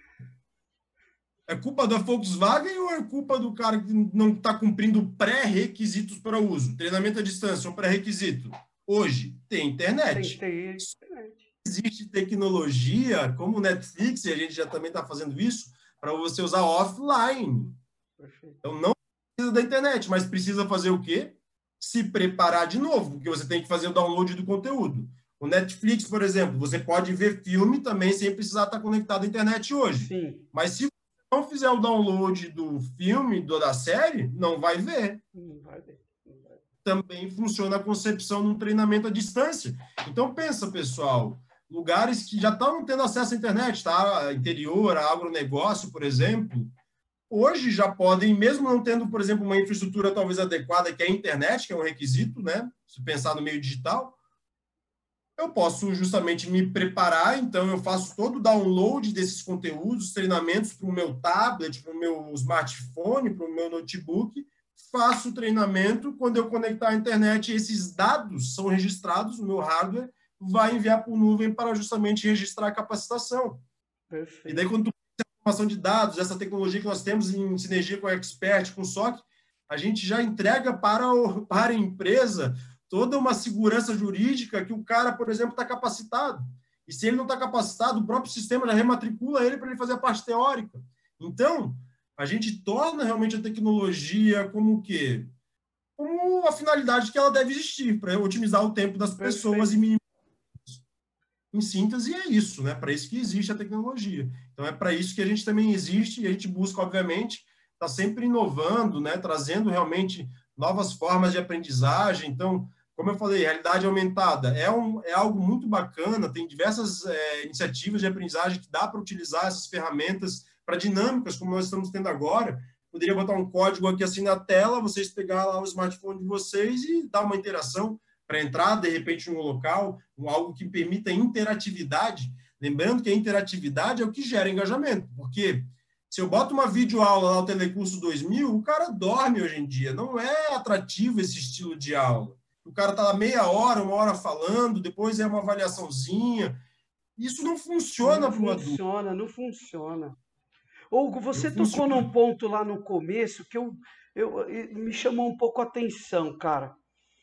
É culpa da Volkswagen ou é culpa do cara que não está cumprindo pré-requisitos para uso? Treinamento à distância, um pré-requisito. Hoje, tem Tem que internet. ter internet. Existe tecnologia, como o Netflix, e a gente já também está fazendo isso, para você usar offline. Perfeito. Então, não precisa da internet, mas precisa fazer o quê? Se preparar de novo, porque você tem que fazer o download do conteúdo. O Netflix, por exemplo, você pode ver filme também sem precisar estar conectado à internet hoje. Sim. Mas se você não fizer o download do filme, da série, não vai ver. Não vai ver. Não vai ver. Também funciona a concepção de um treinamento à distância. Então, pensa, pessoal, lugares que já estão tendo acesso à internet, tá? Interior, agronegócio, por exemplo, hoje já podem, mesmo não tendo, por exemplo, uma infraestrutura talvez adequada, que é a internet, que é um requisito, né? Se pensar no meio digital, eu posso justamente me preparar, então eu faço todo o download desses conteúdos, treinamentos para o meu tablet, para o meu smartphone, para o meu notebook, faço o treinamento, quando eu conectar à internet, esses dados são registrados, o meu hardware vai enviar para o nuvem para justamente registrar a capacitação. Perfeito. E daí, quando tu tem a informação de dados, essa tecnologia que nós temos em sinergia com a Expert, com o SOC, a gente já entrega para a empresa toda uma segurança jurídica que o cara, por exemplo, está capacitado. E se ele não está capacitado, o próprio sistema já rematricula ele para ele fazer a parte teórica. Então, a gente torna realmente a tecnologia como o quê? Como a finalidade que ela deve existir, para otimizar o tempo das pessoas e minimizar. Em síntese, é isso, né? Para isso que existe a tecnologia. Então, é para isso que a gente também existe e a gente busca, obviamente, estar sempre inovando, né? Trazendo realmente novas formas de aprendizagem. Então, como eu falei, realidade aumentada é algo muito bacana, tem diversas iniciativas de aprendizagem que dá para utilizar essas ferramentas para dinâmicas, como nós estamos tendo agora. Poderia botar um código aqui assim na tela, vocês pegar lá o smartphone de vocês e dar uma interação para entrar, de repente, em um local, algo que permita interatividade. Lembrando que a interatividade é o que gera engajamento, porque se eu boto uma videoaula lá no Telecurso 2000, o cara dorme hoje em dia, não é atrativo esse estilo de aula. O cara está lá meia hora, uma hora falando, depois é uma avaliação,zinha. Isso não funciona para o adulto. Não funciona. Hugo, Não você tocou funciona. num ponto lá no começo que me chamou um pouco a atenção, cara.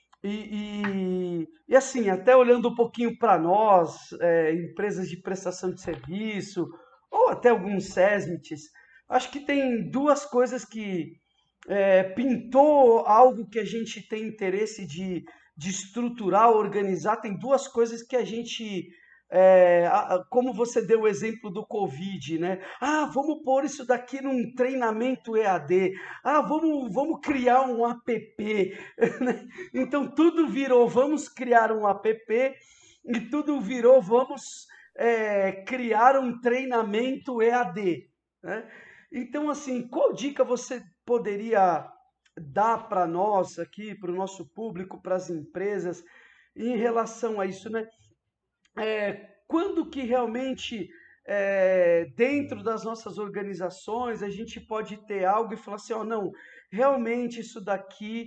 E assim, até olhando um pouquinho para nós, empresas de prestação de serviço, ou até alguns SESMITs, acho que tem duas coisas que pintou algo que a gente tem interesse de estruturar, organizar. Tem duas coisas que a gente como você deu o exemplo do Covid, né? Ah, vamos pôr isso daqui num treinamento EAD. Ah, vamos criar um app. Né? Então tudo virou, vamos criar um app e tudo virou, vamos criar um treinamento EAD. Né? Então, assim, qual dica você poderia dar para nós aqui, para o nosso público, para as empresas, em relação a isso, né? Quando que realmente, dentro das nossas organizações, a gente pode ter algo e falar assim, ó, não, realmente isso daqui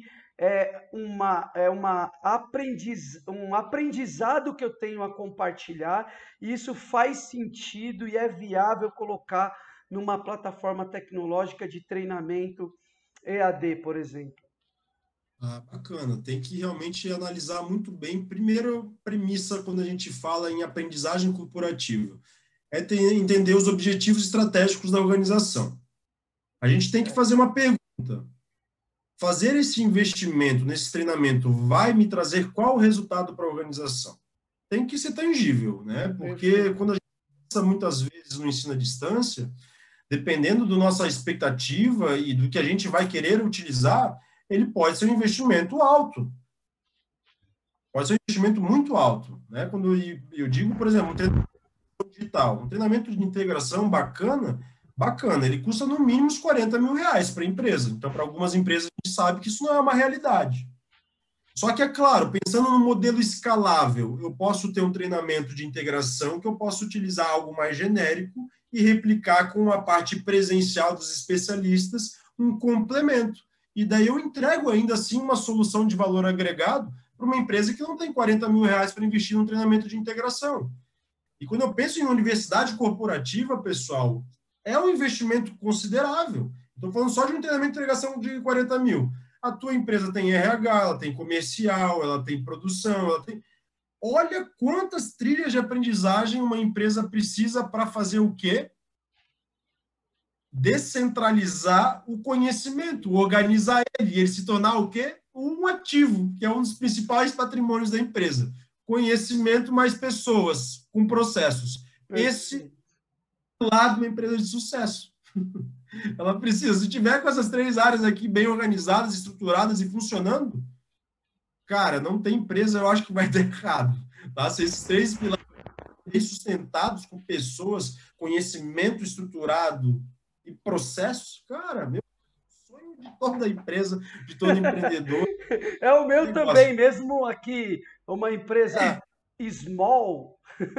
um aprendizado que eu tenho a compartilhar, e isso faz sentido e é viável colocar numa plataforma tecnológica de treinamento EAD, por exemplo. Ah, bacana. Tem que realmente analisar muito bem. Primeiro, premissa quando a gente fala em aprendizagem corporativa é entender os objetivos estratégicos da organização. A gente tem que fazer uma pergunta. Fazer esse investimento nesse treinamento vai me trazer qual resultado para a organização? Tem que ser tangível, né? Porque Perfeito. quando a gente pensa muitas vezes no ensino à distância, dependendo da nossa expectativa e do que a gente vai querer utilizar, ele pode ser um investimento alto. Pode ser um investimento muito alto, né? Quando eu digo, por exemplo, um treinamento digital, um treinamento de integração bacana, ele custa no mínimo uns R$ 40.000 para a empresa. Então, para algumas empresas, a gente sabe que isso não é uma realidade. Só que, é claro, pensando no modelo escalável, eu posso ter um treinamento de integração que eu posso utilizar algo mais genérico e replicar com a parte presencial dos especialistas um complemento. E daí eu entrego ainda assim uma solução de valor agregado para uma empresa que não tem R$ 40.000 para investir num treinamento de integração. E quando eu penso em universidade corporativa, pessoal, é um investimento considerável. Estou falando só de um treinamento de integração de 40 mil. A tua empresa tem RH, ela tem comercial, ela tem produção, ela tem... Olha quantas trilhas de aprendizagem uma empresa precisa para fazer o quê? Descentralizar o conhecimento, organizar ele, e ele se tornar o quê? Um ativo, que é um dos principais patrimônios da empresa. Conhecimento mais pessoas, com processos. Esse Perfeito. lado uma empresa de sucesso. Ela precisa, se tiver com essas três áreas aqui bem organizadas, estruturadas e funcionando, cara, não tem empresa, eu acho que vai dar errado. Tá? Se esses três pilares bem sustentados com pessoas, conhecimento estruturado e processos, cara, meu sonho de toda empresa, de todo empreendedor, É o meu negócio. também, mesmo aqui, uma empresa small.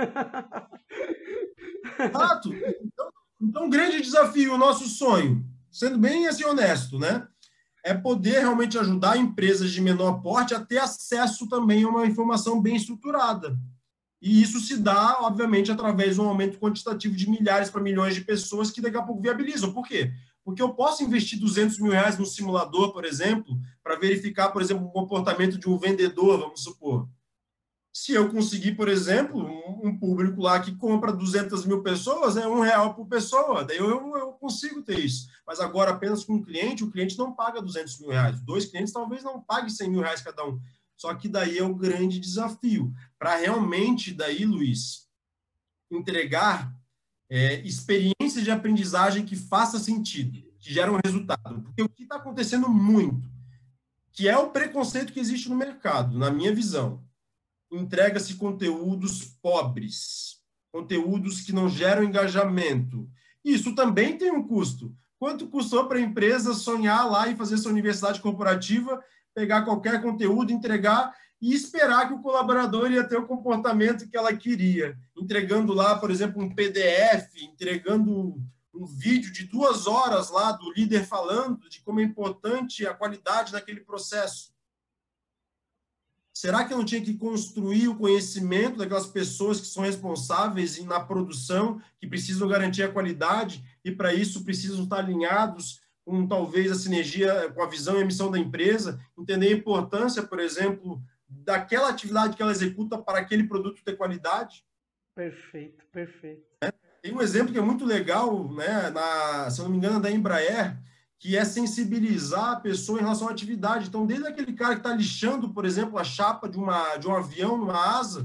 Exato. Então, um grande desafio, o nosso sonho, sendo bem assim honesto, né? É poder realmente ajudar empresas de menor porte a ter acesso também a uma informação bem estruturada. E isso se dá, obviamente, através de um aumento quantitativo de milhares para milhões de pessoas que daqui a pouco viabilizam. Por quê? Porque eu posso investir R$ 200.000 num simulador, por exemplo, para verificar, por exemplo, o comportamento de um vendedor, vamos supor. Se eu conseguir, por exemplo, um público lá que compra 200 mil pessoas, é R$ 1 por pessoa, daí eu consigo ter isso. Mas agora, apenas com um cliente, o cliente não paga R$ 200.000. Dois clientes talvez não paguem R$ 100.000 cada um. Só que daí é o grande desafio. Para realmente, daí, Luiz, entregar experiências de aprendizagem que faça sentido, que geram resultado. Porque o que está acontecendo muito, que é o preconceito que existe no mercado, na minha visão, entrega-se conteúdos pobres, conteúdos que não geram engajamento. Isso também tem um custo. Quanto custou para a empresa sonhar lá e fazer sua universidade corporativa, pegar qualquer conteúdo, entregar e esperar que o colaborador ia ter o comportamento que ela queria, entregando lá, por exemplo, um PDF, entregando um vídeo de 2 horas lá do líder falando de como é importante a qualidade daquele processo. Será que eu não tinha que construir o conhecimento daquelas pessoas que são responsáveis na produção, que precisam garantir a qualidade e, para isso, precisam estar alinhados com, talvez, a sinergia com a visão e a missão da empresa, entender a importância, por exemplo, daquela atividade que ela executa para aquele produto ter qualidade? Perfeito, perfeito. Tem um exemplo que é muito legal, né, se eu não me engano, da Embraer, que é sensibilizar a pessoa em relação à atividade. Então, desde aquele cara que está lixando, por exemplo, a chapa de um avião, numa asa,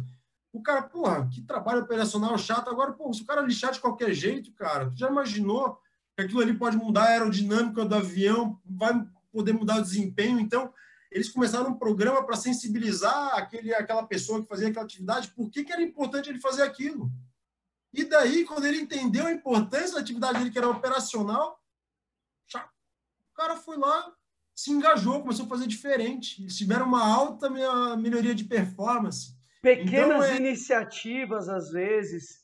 O cara, porra, que trabalho operacional chato. Agora, pô, se o cara lixar de qualquer jeito, cara, tu já imaginou que aquilo ali pode mudar a aerodinâmica do avião, vai poder mudar o desempenho? Então, eles começaram um programa para sensibilizar aquela pessoa que fazia aquela atividade, por que era importante ele fazer aquilo. E daí, quando ele entendeu a importância da atividade dele, que era operacional, o cara foi lá, se engajou, começou a fazer diferente. Eles tiveram uma alta melhoria de performance. Então, Pequenas iniciativas, às vezes,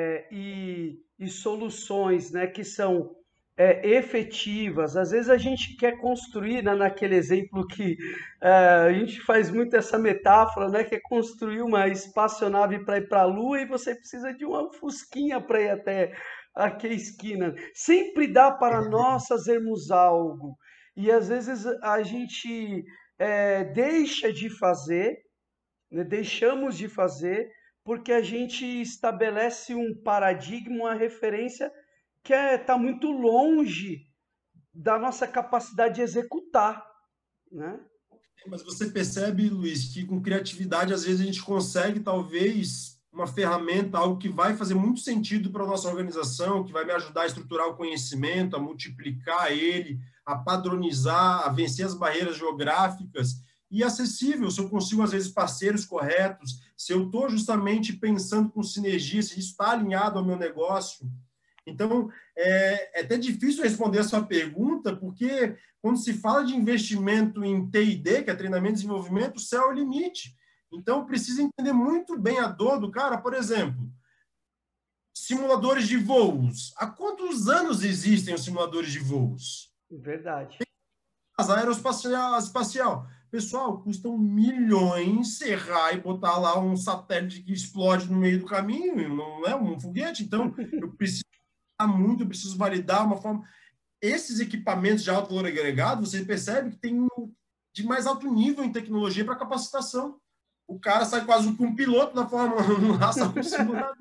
e soluções, né, que são efetivas. Às vezes a gente quer construir, né, naquele exemplo que a gente faz muito essa metáfora, né, que é construir uma espaçonave para ir para a Lua e você precisa de uma fusquinha para ir até aqui a esquina. Sempre dá para nós fazermos algo. E às vezes a gente deixa de fazer, né? Deixamos de fazer porque a gente estabelece um paradigma, uma referência que está muito longe da nossa capacidade de executar, né? mas você percebe, Luiz, que com criatividade, às vezes, a gente consegue, talvez, uma ferramenta, algo que vai fazer muito sentido para a nossa organização, que vai me ajudar a estruturar o conhecimento, a multiplicar ele, a padronizar, a vencer as barreiras geográficas e acessível, se eu consigo, às vezes, parceiros corretos, se eu estou justamente pensando com sinergia, se isso está alinhado ao meu negócio. Então, é até difícil responder a sua pergunta, porque quando se fala de investimento em T&D, que é treinamento e desenvolvimento, o céu é o limite. Então, precisa entender muito bem a dor do cara. Por exemplo, simuladores de voos. Há quantos anos existem os simuladores de voos? Verdade. As aeroespacial. Pessoal, custam milhões serrar e botar lá um satélite que explode no meio do caminho, não é um foguete. Então, eu preciso muito, eu preciso validar uma forma. Esses equipamentos de alto valor agregado, você percebe que tem de mais alto nível em tecnologia para capacitação. O cara sai quase com um piloto da Fórmula 1, raça um simulado.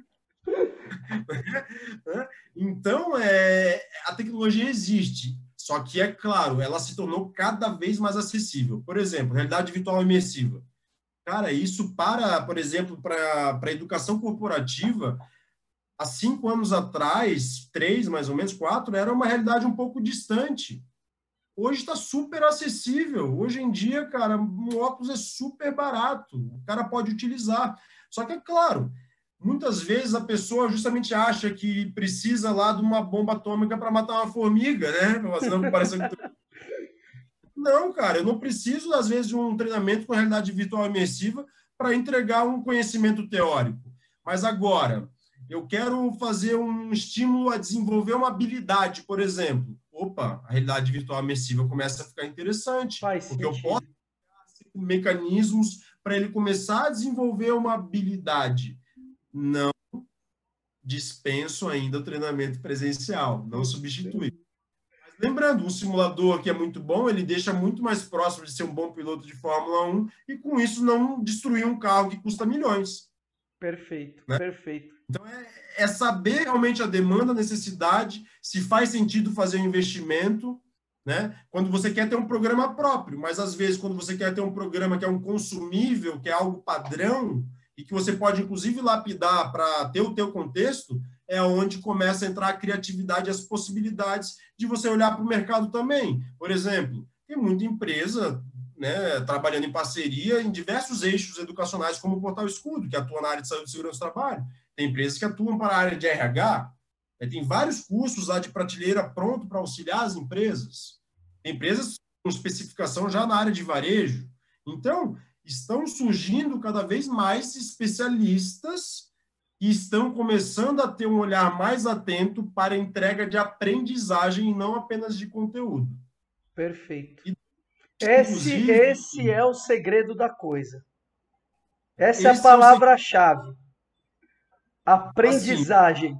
Então, a tecnologia existe, só que, é claro, ela se tornou cada vez mais acessível. Por exemplo, realidade virtual imersiva. Cara, isso por exemplo, para a educação corporativa, há 5 anos atrás, 3, mais ou menos, 4, era uma realidade um pouco distante. Hoje está super acessível. Hoje em dia, cara, um óculos é super barato. O cara pode utilizar. Só que, é claro, muitas vezes a pessoa justamente acha que precisa lá de uma bomba atômica para matar uma formiga, né? Não, cara, eu não preciso, às vezes, de um treinamento com realidade virtual imersiva para entregar um conhecimento teórico. Mas agora, eu quero fazer um estímulo a desenvolver uma habilidade, por exemplo. Opa, a realidade virtual imersiva começa a ficar interessante, Faz porque eu posso sentido. ter mecanismos para ele começar a desenvolver uma habilidade. Não dispenso ainda o treinamento presencial, não substitui. Lembrando, um simulador que é muito bom, ele deixa muito mais próximo de ser um bom piloto de Fórmula 1 e, com isso, não destruir um carro que custa milhões. Perfeito, Né? perfeito. Então, é saber realmente a demanda, a necessidade, se faz sentido fazer um investimento, né? Quando você quer ter um programa próprio, mas, às vezes, quando você quer ter um programa que é um consumível, que é algo padrão, e que você pode, inclusive, lapidar para ter o teu contexto, é onde começa a entrar a criatividade e as possibilidades de você olhar para o mercado também. Por exemplo, tem muita empresa, né, trabalhando em parceria em diversos eixos educacionais, como o Portal Escudo, que atua na área de saúde e segurança do trabalho. Tem empresas que atuam para a área de RH. Tem vários cursos lá de prateleira pronto para auxiliar as empresas. Tem empresas com especificação já na área de varejo. Então, estão surgindo cada vez mais especialistas que estão começando a ter um olhar mais atento para a entrega de aprendizagem e não apenas de conteúdo. Perfeito. E, inclusive, Esse é o segredo da coisa. Essa é a esse é o palavra-chave. assim, Aprendizagem.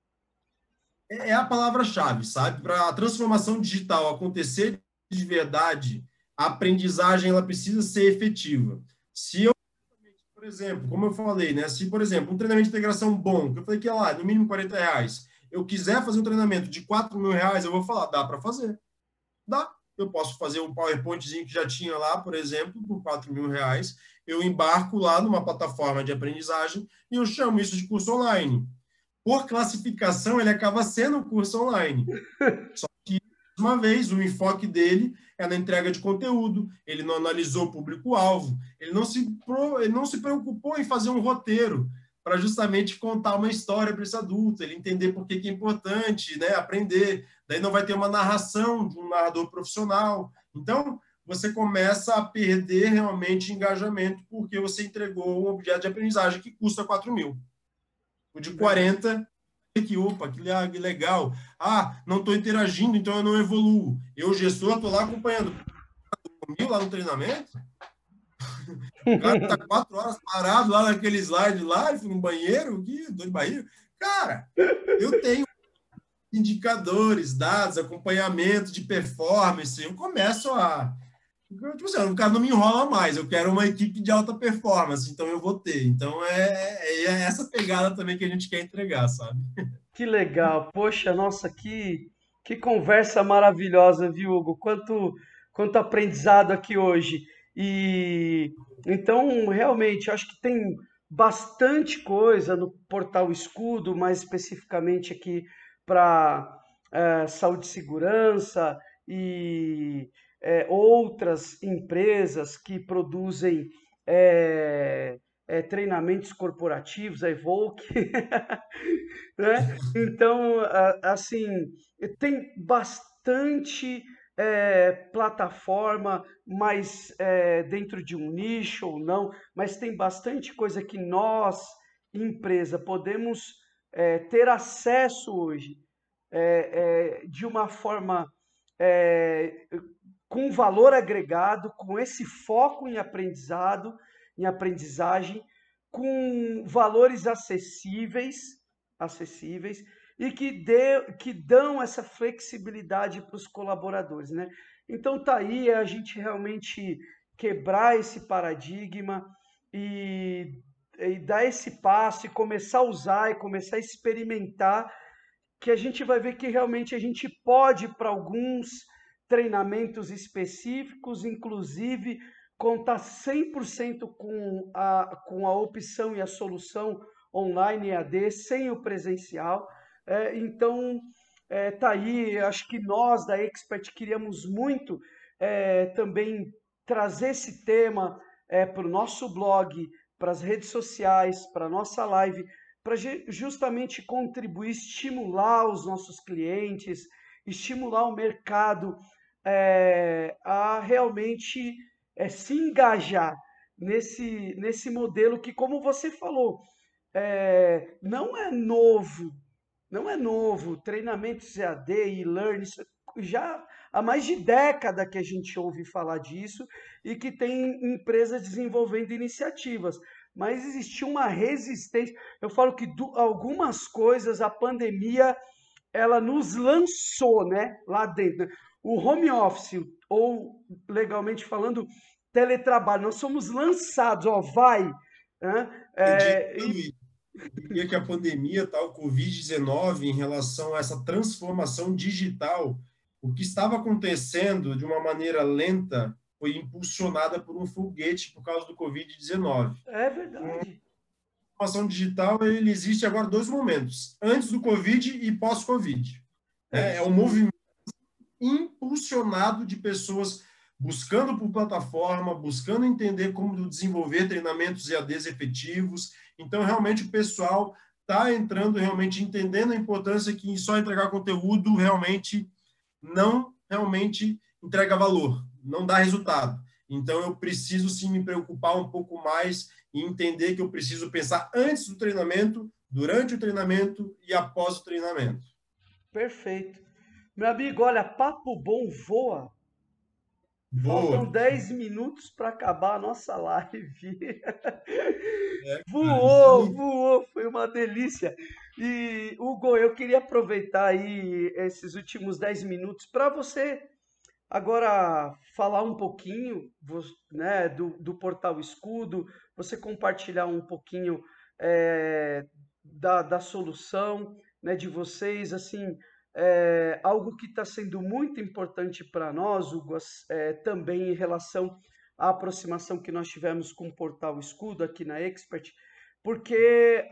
é a palavra-chave, sabe? Para a transformação digital acontecer de verdade, a aprendizagem ela precisa ser efetiva. Se eu, por exemplo, como eu falei, né? Se, por exemplo, um treinamento de integração bom, que eu falei que é lá, no mínimo R$ 40, eu quiser fazer um treinamento de R$ 4.000, eu vou falar, dá para fazer. Dá. eu posso fazer um PowerPointzinho que já tinha lá, por exemplo, por R$ 4.000, eu embarco lá numa plataforma de aprendizagem e eu chamo isso de curso online. Por classificação, ele acaba sendo um curso online. Uma vez, o enfoque dele é na entrega de conteúdo, ele não analisou o público-alvo, ele não se preocupou em fazer um roteiro para justamente contar uma história para esse adulto, ele entender por que é importante, né, aprender. Daí não vai ter uma narração de um narrador profissional. Então, você começa a perder realmente engajamento porque você entregou um objeto de aprendizagem que custa 4.000. O de Verdade. 40 que, opa, que legal. Ah, não estou interagindo, então eu não evoluo. Eu, gestor, estou lá acompanhando. Comigo lá no treinamento, o cara está 4 horas parado lá naquele slide lá, ele foi no banheiro, aqui, dor de barriga. Cara, eu tenho indicadores, dados, acompanhamento de performance, eu começo a... Tipo assim, o cara não me enrola mais, eu quero uma equipe de alta performance, então eu vou ter. Então é essa pegada também que a gente quer entregar, sabe? Que legal. Poxa, nossa, que conversa maravilhosa, viu, Hugo? Quanto aprendizado aqui hoje. E então, realmente, acho que tem bastante coisa no Portal Escudo, mais especificamente aqui para saúde e segurança e outras empresas que produzem eh, treinamentos corporativos, a Evoque. Né? Então, assim, tem bastante plataforma, mas dentro de um nicho ou não, mas tem bastante coisa que nós, empresa, podemos ter acesso hoje de uma forma é, com valor agregado, com esse foco em aprendizado, em aprendizagem, com valores acessíveis e que dão essa flexibilidade para os colaboradores, né? Então tá aí a gente realmente quebrar esse paradigma e, e dar esse passo e começar a usar e começar a experimentar, que a gente vai ver que realmente a gente pode, para alguns treinamentos específicos, inclusive, contar 100% com a opção e a solução online EAD, sem o presencial. Então, tá aí, acho que nós da Expert queríamos muito também trazer esse tema para o nosso blog, para as redes sociais, para a nossa live, para justamente contribuir, estimular os nossos clientes, estimular o mercado a realmente se engajar nesse modelo que, como você falou, não é novo, não é novo. Treinamentos EAD e e-learning, já há mais de década que a gente ouve falar disso e que tem empresas desenvolvendo iniciativas. Mas existia uma resistência. Eu falo que algumas coisas a pandemia ela nos lançou, né, lá dentro. O home office, ou legalmente falando, teletrabalho, nós somos lançados, ó, vai. Né? Acredito, eu diria que a pandemia, tá, o Covid-19, em relação a essa transformação digital, o que estava acontecendo de uma maneira lenta foi impulsionada por um foguete por causa do Covid-19. É A verdade. transformação digital, ele existe agora dois momentos, antes do Covid e pós-Covid. É Né? É isso um aí. movimento impulsionado de pessoas buscando por plataforma, buscando entender como desenvolver treinamentos EADs efetivos. Então, realmente, o pessoal está entrando, realmente entendendo a importância que só entregar conteúdo realmente entrega valor, não dá resultado. Então, eu preciso sim me preocupar um pouco mais e entender que eu preciso pensar antes do treinamento, durante o treinamento e após o treinamento. Perfeito. Meu amigo, olha, papo bom voa. Boa. Faltam 10 minutos para acabar a nossa live. Cara, isso Voou, aí. voou, foi uma delícia. E, Hugo, eu queria aproveitar aí esses últimos 10 minutos para você agora falar um pouquinho, né, do Portal Escudo, você compartilhar um pouquinho da solução, né, de vocês, assim, algo que está sendo muito importante para nós, Hugo, também em relação à aproximação que nós tivemos com o Portal Escudo aqui na Expert, porque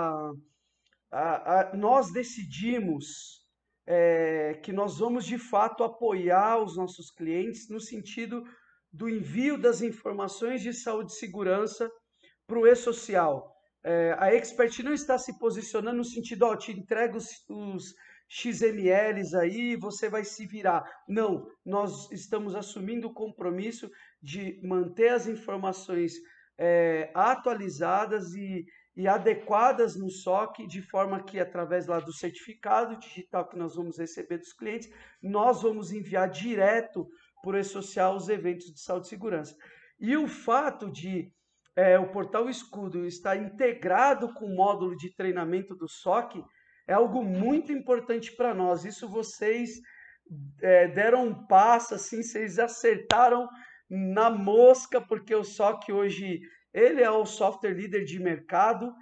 nós decidimos que nós vamos de fato apoiar os nossos clientes no sentido do envio das informações de saúde e segurança para o e-social. A Expert não está se posicionando no sentido, ó, te entrego os XMLs aí, você vai se virar. Não, nós estamos assumindo o compromisso de manter as informações atualizadas e adequadas no SOC, de forma que, através lá do certificado digital que nós vamos receber dos clientes, nós vamos enviar direto por e-social os eventos de saúde e segurança. E o fato de o Portal Escudo estar integrado com o módulo de treinamento do SOC é algo muito importante para nós. Isso vocês deram um passo, assim, vocês acertaram na mosca, porque o SOC hoje ele é o software líder de mercado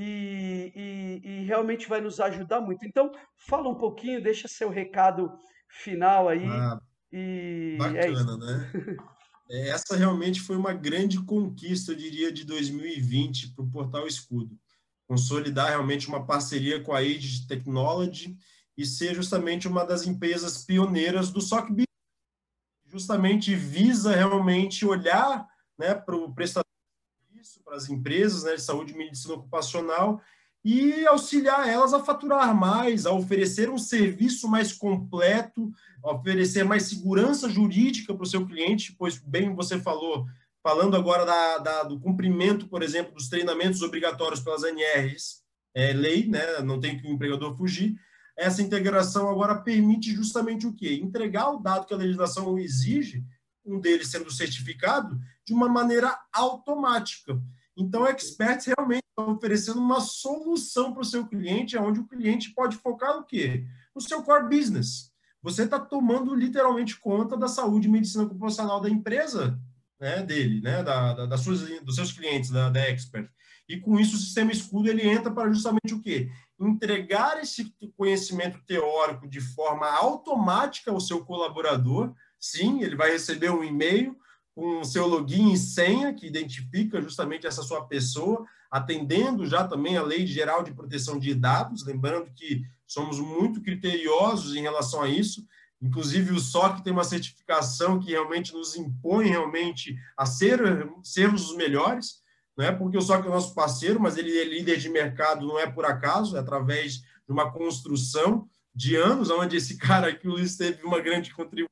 e realmente vai nos ajudar muito. Então, fala um pouquinho, deixa seu recado final aí Ah, e é isso. bacana, né? Essa realmente foi uma grande conquista, eu diria, de 2020 para o Portal Escudo. Consolidar realmente uma parceria com a Age Technology e ser justamente uma das empresas pioneiras do SOC Business. Justamente visa realmente olhar, né, para o prestador de serviço, para as empresas, né, de saúde e medicina ocupacional e auxiliar elas a faturar mais, a oferecer um serviço mais completo, a oferecer mais segurança jurídica para o seu cliente, pois, bem você falou, falando agora do cumprimento, por exemplo, dos treinamentos obrigatórios pelas ANRs, lei, né, não tem que o empregador fugir, essa integração agora permite justamente o quê? Entregar o dado que a legislação exige, um deles sendo certificado, de uma maneira automática. Então, a Experts realmente está oferecendo uma solução para o seu cliente, onde o cliente pode focar no quê? No seu core business. Você está tomando literalmente conta da saúde e medicina ocupacional da empresa, né, dele, né, dos seus clientes, da Expert. E com isso, o sistema Escudo ele entra para justamente o quê? Entregar esse conhecimento teórico de forma automática ao seu colaborador. Sim, ele vai receber um e-mail com o seu login e senha, que identifica justamente essa sua pessoa, atendendo já também a Lei Geral de Proteção de Dados, lembrando que somos muito criteriosos em relação a isso, inclusive o SOC tem uma certificação que realmente nos impõe realmente a sermos os melhores, não é porque o SOC é nosso parceiro, mas ele é líder de mercado, não é por acaso, é através de uma construção de anos, onde esse cara aqui, o Luiz, teve uma grande contribuição.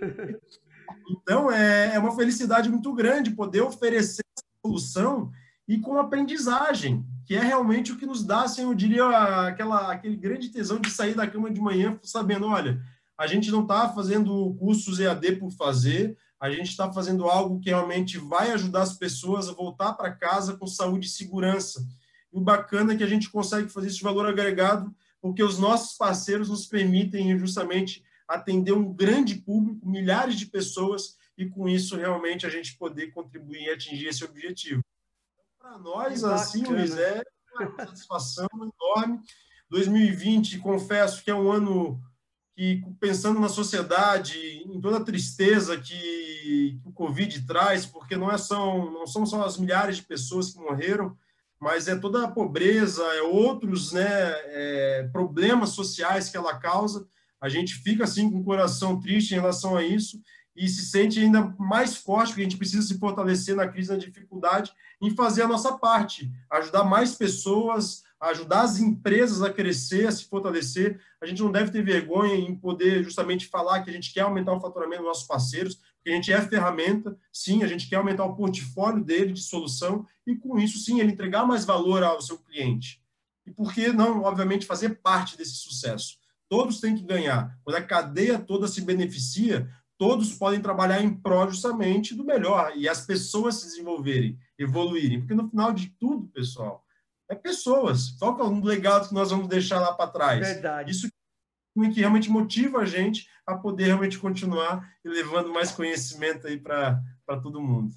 Então, é uma felicidade muito grande poder oferecer essa solução e com aprendizagem, que é realmente o que nos dá, assim, eu diria, aquele grande tesão de sair da cama de manhã sabendo, olha, a gente não está fazendo cursos EAD por fazer, a gente está fazendo algo que realmente vai ajudar as pessoas a voltar para casa com saúde e segurança. E o bacana é que a gente consegue fazer esse valor agregado porque os nossos parceiros nos permitem justamente atender um grande público, milhares de pessoas, e com isso realmente a gente poder contribuir e atingir esse objetivo. Para nós, assim, Luiz, é uma satisfação enorme. 2020, confesso que é um ano que, pensando na sociedade, em toda a tristeza que o Covid traz, porque não são só as milhares de pessoas que morreram, mas é toda a pobreza, outros, né, problemas sociais que ela causa. A gente fica assim com o coração triste em relação a isso e se sente ainda mais forte, porque a gente precisa se fortalecer na crise, na dificuldade, em fazer a nossa parte, ajudar mais pessoas, ajudar as empresas a crescer, a se fortalecer. A gente não deve ter vergonha em poder justamente falar que a gente quer aumentar o faturamento dos nossos parceiros, porque a gente é ferramenta, sim, a gente quer aumentar o portfólio dele de solução e, com isso, sim, ele entregar mais valor ao seu cliente. E por que não, obviamente, fazer parte desse sucesso? Todos têm que ganhar. Quando a cadeia toda se beneficia, todos podem trabalhar em prol justamente do melhor e as pessoas se desenvolverem, evoluírem. Porque no final de tudo, pessoal, é pessoas. Qual que é o legado que nós vamos deixar lá para trás? Verdade. Isso que realmente motiva a gente a poder realmente continuar e levando mais conhecimento aí para todo mundo.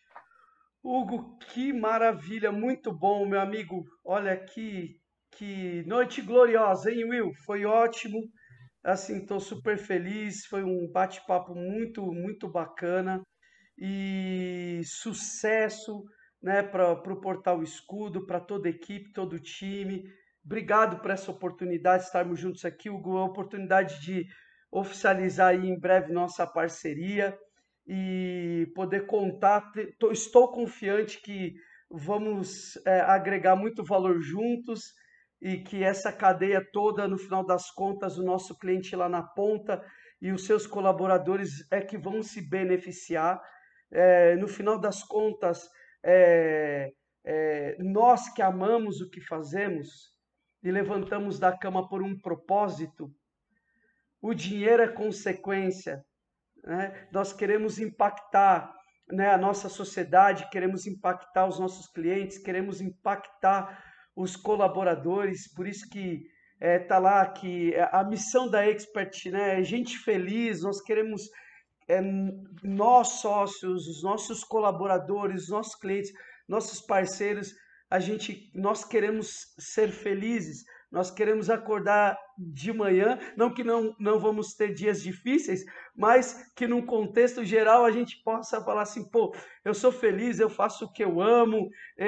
Hugo, que maravilha, muito bom, meu amigo. Olha que noite gloriosa, hein, Will? Foi ótimo. Assim, estou super feliz. Foi um bate-papo muito, muito bacana e sucesso, né, para o Portal Escudo, para toda a equipe, todo o time. Obrigado por essa oportunidade de estarmos juntos aqui, Hugo, a oportunidade de oficializar aí em breve nossa parceria e poder contar. Estou confiante que vamos agregar muito valor juntos e que essa cadeia toda, no final das contas, o nosso cliente lá na ponta e os seus colaboradores é que vão se beneficiar. No final das contas, é, nós que amamos o que fazemos e levantamos da cama por um propósito, o dinheiro é consequência, né? Nós queremos impactar, né, a nossa sociedade, queremos impactar os nossos clientes, queremos impactar os colaboradores, por isso que tá lá que a missão da Expert, né, é gente feliz, nós queremos é, nós sócios, os nossos colaboradores, os nossos clientes, nossos parceiros, nós queremos ser felizes, nós queremos acordar de manhã, não que não vamos ter dias difíceis, mas que num contexto geral a gente possa falar assim, pô, eu sou feliz, eu faço o que eu amo,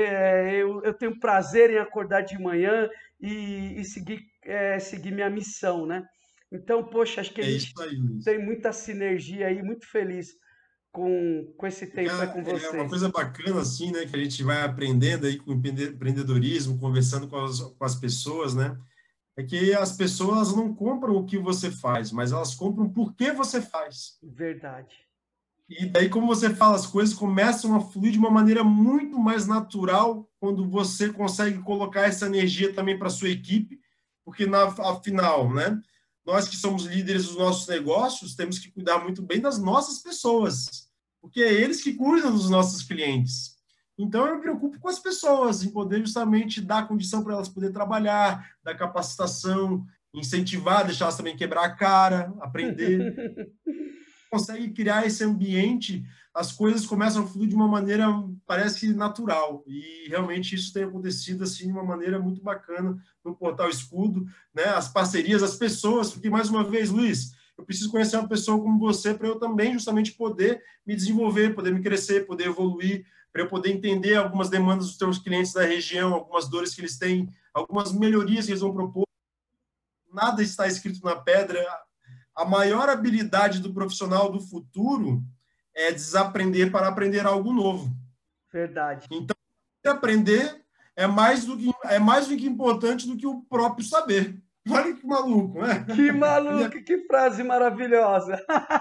eu tenho prazer em acordar de manhã e seguir minha missão, né? Então, poxa, acho que a É isso gente aí, Luiz. tem muita sinergia aí, muito feliz com esse tempo aí com É uma vocês. coisa bacana, assim, né, que a gente vai aprendendo aí com empreendedorismo, conversando com as pessoas, né, é que as pessoas não compram o que você faz, mas elas compram por que você faz. Verdade. E daí, como você fala, as coisas começam a fluir de uma maneira muito mais natural quando você consegue colocar essa energia também para a sua equipe, porque, afinal, né, nós que somos líderes dos nossos negócios, temos que cuidar muito bem das nossas pessoas, porque é eles que cuidam dos nossos clientes. Então, eu me preocupo com as pessoas, em poder justamente dar condição para elas poderem trabalhar, dar capacitação, incentivar, deixar elas também quebrar a cara, aprender. Consegue criar esse ambiente, as coisas começam a fluir de uma maneira, parece que natural. E realmente isso tem acontecido assim de uma maneira muito bacana no Portal Escudo, né? As parcerias, as pessoas, porque mais uma vez, Luiz, eu preciso conhecer uma pessoa como você para eu também justamente poder me desenvolver, poder me crescer, poder evoluir, para eu poder entender algumas demandas dos teus clientes da região, algumas dores que eles têm, algumas melhorias que eles vão propor. Nada está escrito na pedra. A maior habilidade do profissional do futuro é desaprender para aprender algo novo. Verdade. Então, aprender é mais do que importante do que o próprio saber. Olha que maluco, né? Que maluco, que frase maravilhosa.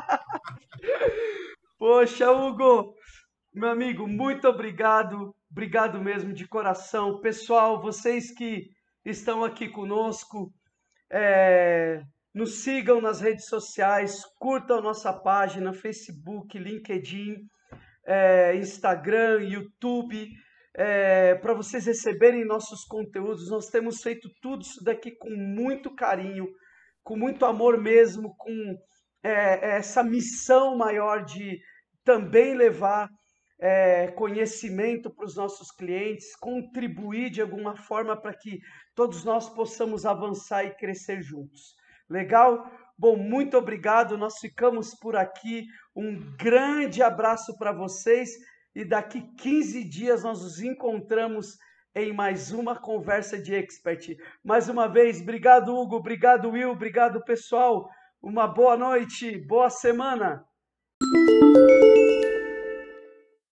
Poxa, Hugo, meu amigo, muito obrigado. Obrigado mesmo de coração. Pessoal, vocês que estão aqui conosco, é, nos sigam nas redes sociais, curtam nossa página, Facebook, LinkedIn, Instagram, YouTube, para vocês receberem nossos conteúdos. Nós temos feito tudo isso daqui com muito carinho, com muito amor mesmo, com essa missão maior de também levar conhecimento para os nossos clientes, contribuir de alguma forma para que todos nós possamos avançar e crescer juntos. Legal? Bom, muito obrigado. Nós ficamos por aqui. Um grande abraço para vocês e daqui 15 dias nós nos encontramos em mais uma conversa de expert. Mais uma vez, obrigado, Hugo, obrigado, Will, obrigado, pessoal. Uma boa noite, boa semana.